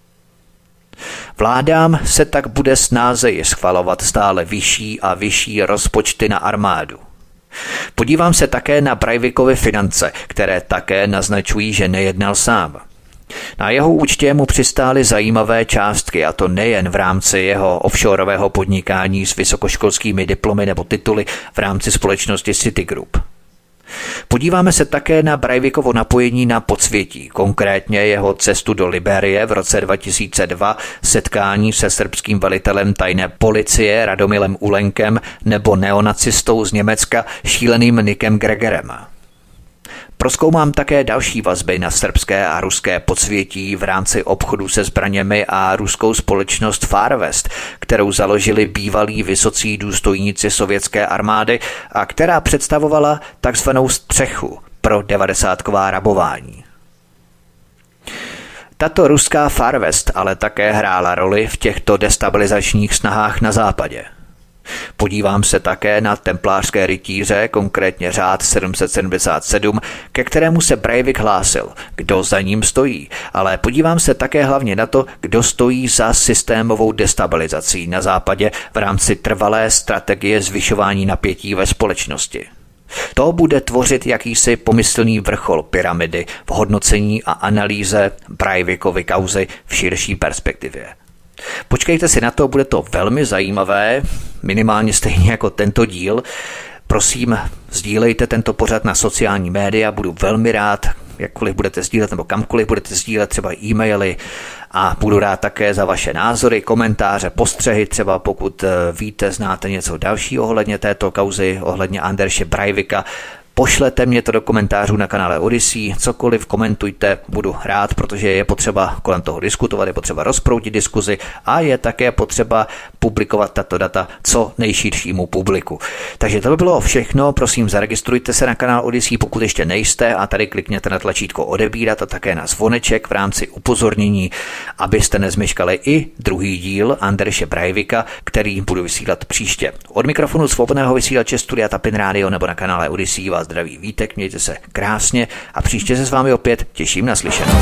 A: Vládám se tak bude snázeji schvalovat stále vyšší a vyšší rozpočty na armádu. Podívám se také na Breivikovy finance, které také naznačují, že nejednal sám. Na jeho účtě mu přistály zajímavé částky, a to nejen v rámci jeho offshoreového podnikání s vysokoškolskými diplomy nebo tituly v rámci společnosti Citigroup. Podíváme se také na Breivikovo napojení na podsvětí, konkrétně jeho cestu do Libérie v roce dva tisíce dva, setkání se srbským velitelem tajné policie Radomilem Ulenkem nebo neonacistou z Německa šíleným Nickem Gregerem. Prozkoumám také další vazby na srbské a ruské podsvětí v rámci obchodu se zbraněmi a ruskou společnost Far West, kterou založili bývalí vysocí důstojníci sovětské armády a která představovala takzvanou střechu pro devadesátková rabování. Tato ruská Far West ale také hrála roli v těchto destabilizačních snahách na západě. Podívám se také na templářské rytíře, konkrétně řád sedm set sedmdesát sedm, ke kterému se Breivik hlásil, kdo za ním stojí, ale podívám se také hlavně na to, kdo stojí za systémovou destabilizací na západě v rámci trvalé strategie zvyšování napětí ve společnosti. To bude tvořit jakýsi pomyslný vrchol pyramidy v hodnocení a analýze Breivikovy kauzy v širší perspektivě. Počkejte si na to, bude to velmi zajímavé, minimálně stejně jako tento díl. Prosím, sdílejte tento pořad na sociální média, budu velmi rád, jakkoliv budete sdílet nebo kamkoliv budete sdílet, třeba e-maily, a budu rád také za vaše názory, komentáře, postřehy, třeba pokud víte, znáte něco dalšího ohledně této kauzy, ohledně Anderše Breivika. Pošlete mě to do komentářů na kanále Odyssey, cokoliv komentujte, budu rád, protože je potřeba kolem toho diskutovat, je potřeba rozproudit diskuzi a je také potřeba publikovat tato data co nejširšímu publiku. Takže to by bylo všechno, prosím zaregistrujte se na kanál Odyssey, pokud ještě nejste, a tady klikněte na tlačítko odebírat a také na zvoneček v rámci upozornění, abyste nezmeškali i druhý díl Anderše Breivika, který budu vysílat příště. Od mikrofonu svobodného vysílače Studia Tapin Radio nebo na kanále Odyssey vás zdraví Vítek, mějte se krásně a příště se s vámi opět těším na slyšenou.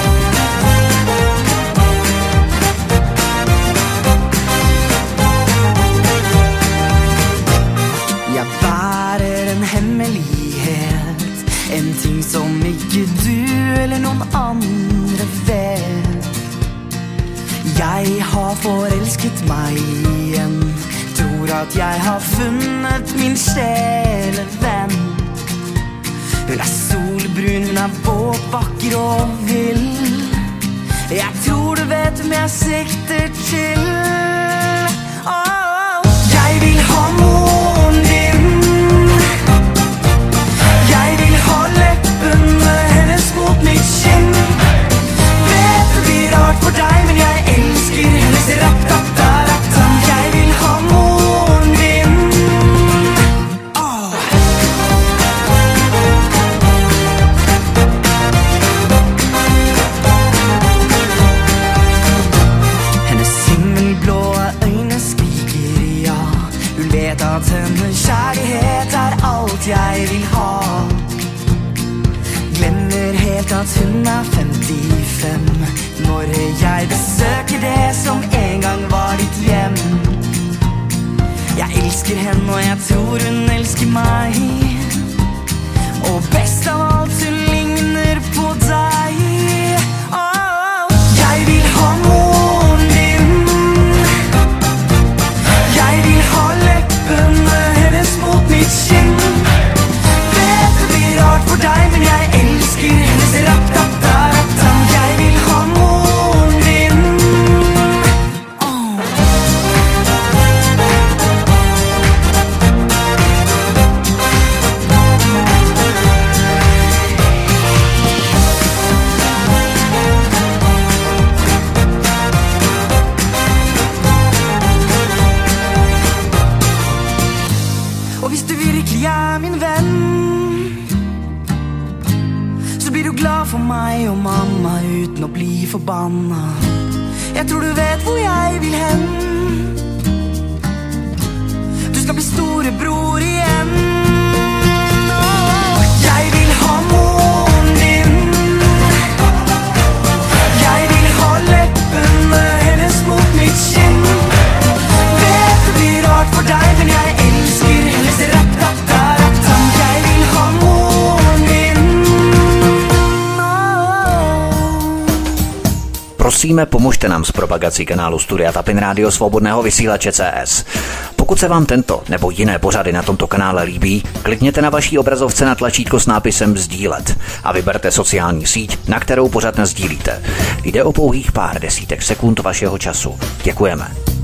B: Jeg bærer en hemmelighet, en ting som ikke du eller noen andre vet. Jeg har forelsket meg igjen, tror at jeg har funnet min sjelevenn. Hun er solbrun, hun er våt, vakker og vill. Jeg tror du vet hvem jeg sikter til. Oh, jeg vil ha moren din. Jeg vil ha leppene hennes mot mitt kinn. Vet det blir rart for deg, men jeg elsker hennes rap-rap-da-rap-tam. Jeg vil ha moren din. Oh. Hennes himmelblå øyne skriker ja. Hun vet at hennes kjærlighet er alt jeg vil ha. Glemmer helt at hun er femtifem når jeg besøker det som en gang var ditt hjem. Jeg elsker henne og jeg tror hun elsker meg. Og best av alt hun ligner på deg. Oh, jeg vil ha moren din. Jeg vil ha leppene hennes mot mitt kinn. Vet det blir rart for deg, men jeg elsker hennes rap-rap-da-rap-tam. Jeg vil ha moren din. Oh. Og hvis du virkelig er min venn, så blir du glad for meg og mamma uten å bli forbanna. Jeg tror du vet hvor jeg vil hen. Du skal bli storebror igjen. Åh, jeg vil ha moren din. Jeg vil ha leppene hennes mot mitt kinn. Vet det blir rart for deg, men jeg elsker hennes rap-rap-da-rap-tam. Jeg vil ha moren din.
A: Prosíme, pomožte nám s propagací kanálu Studia Tapin Radio Svobodného vysílače C S. Pokud se vám tento nebo jiné pořady na tomto kanále líbí, klikněte na vaší obrazovce na tlačítko s nápisem sdílet a vyberte sociální síť, na kterou pořad nasdílíte. Jde o pouhých pár desítek sekund vašeho času. Děkujeme.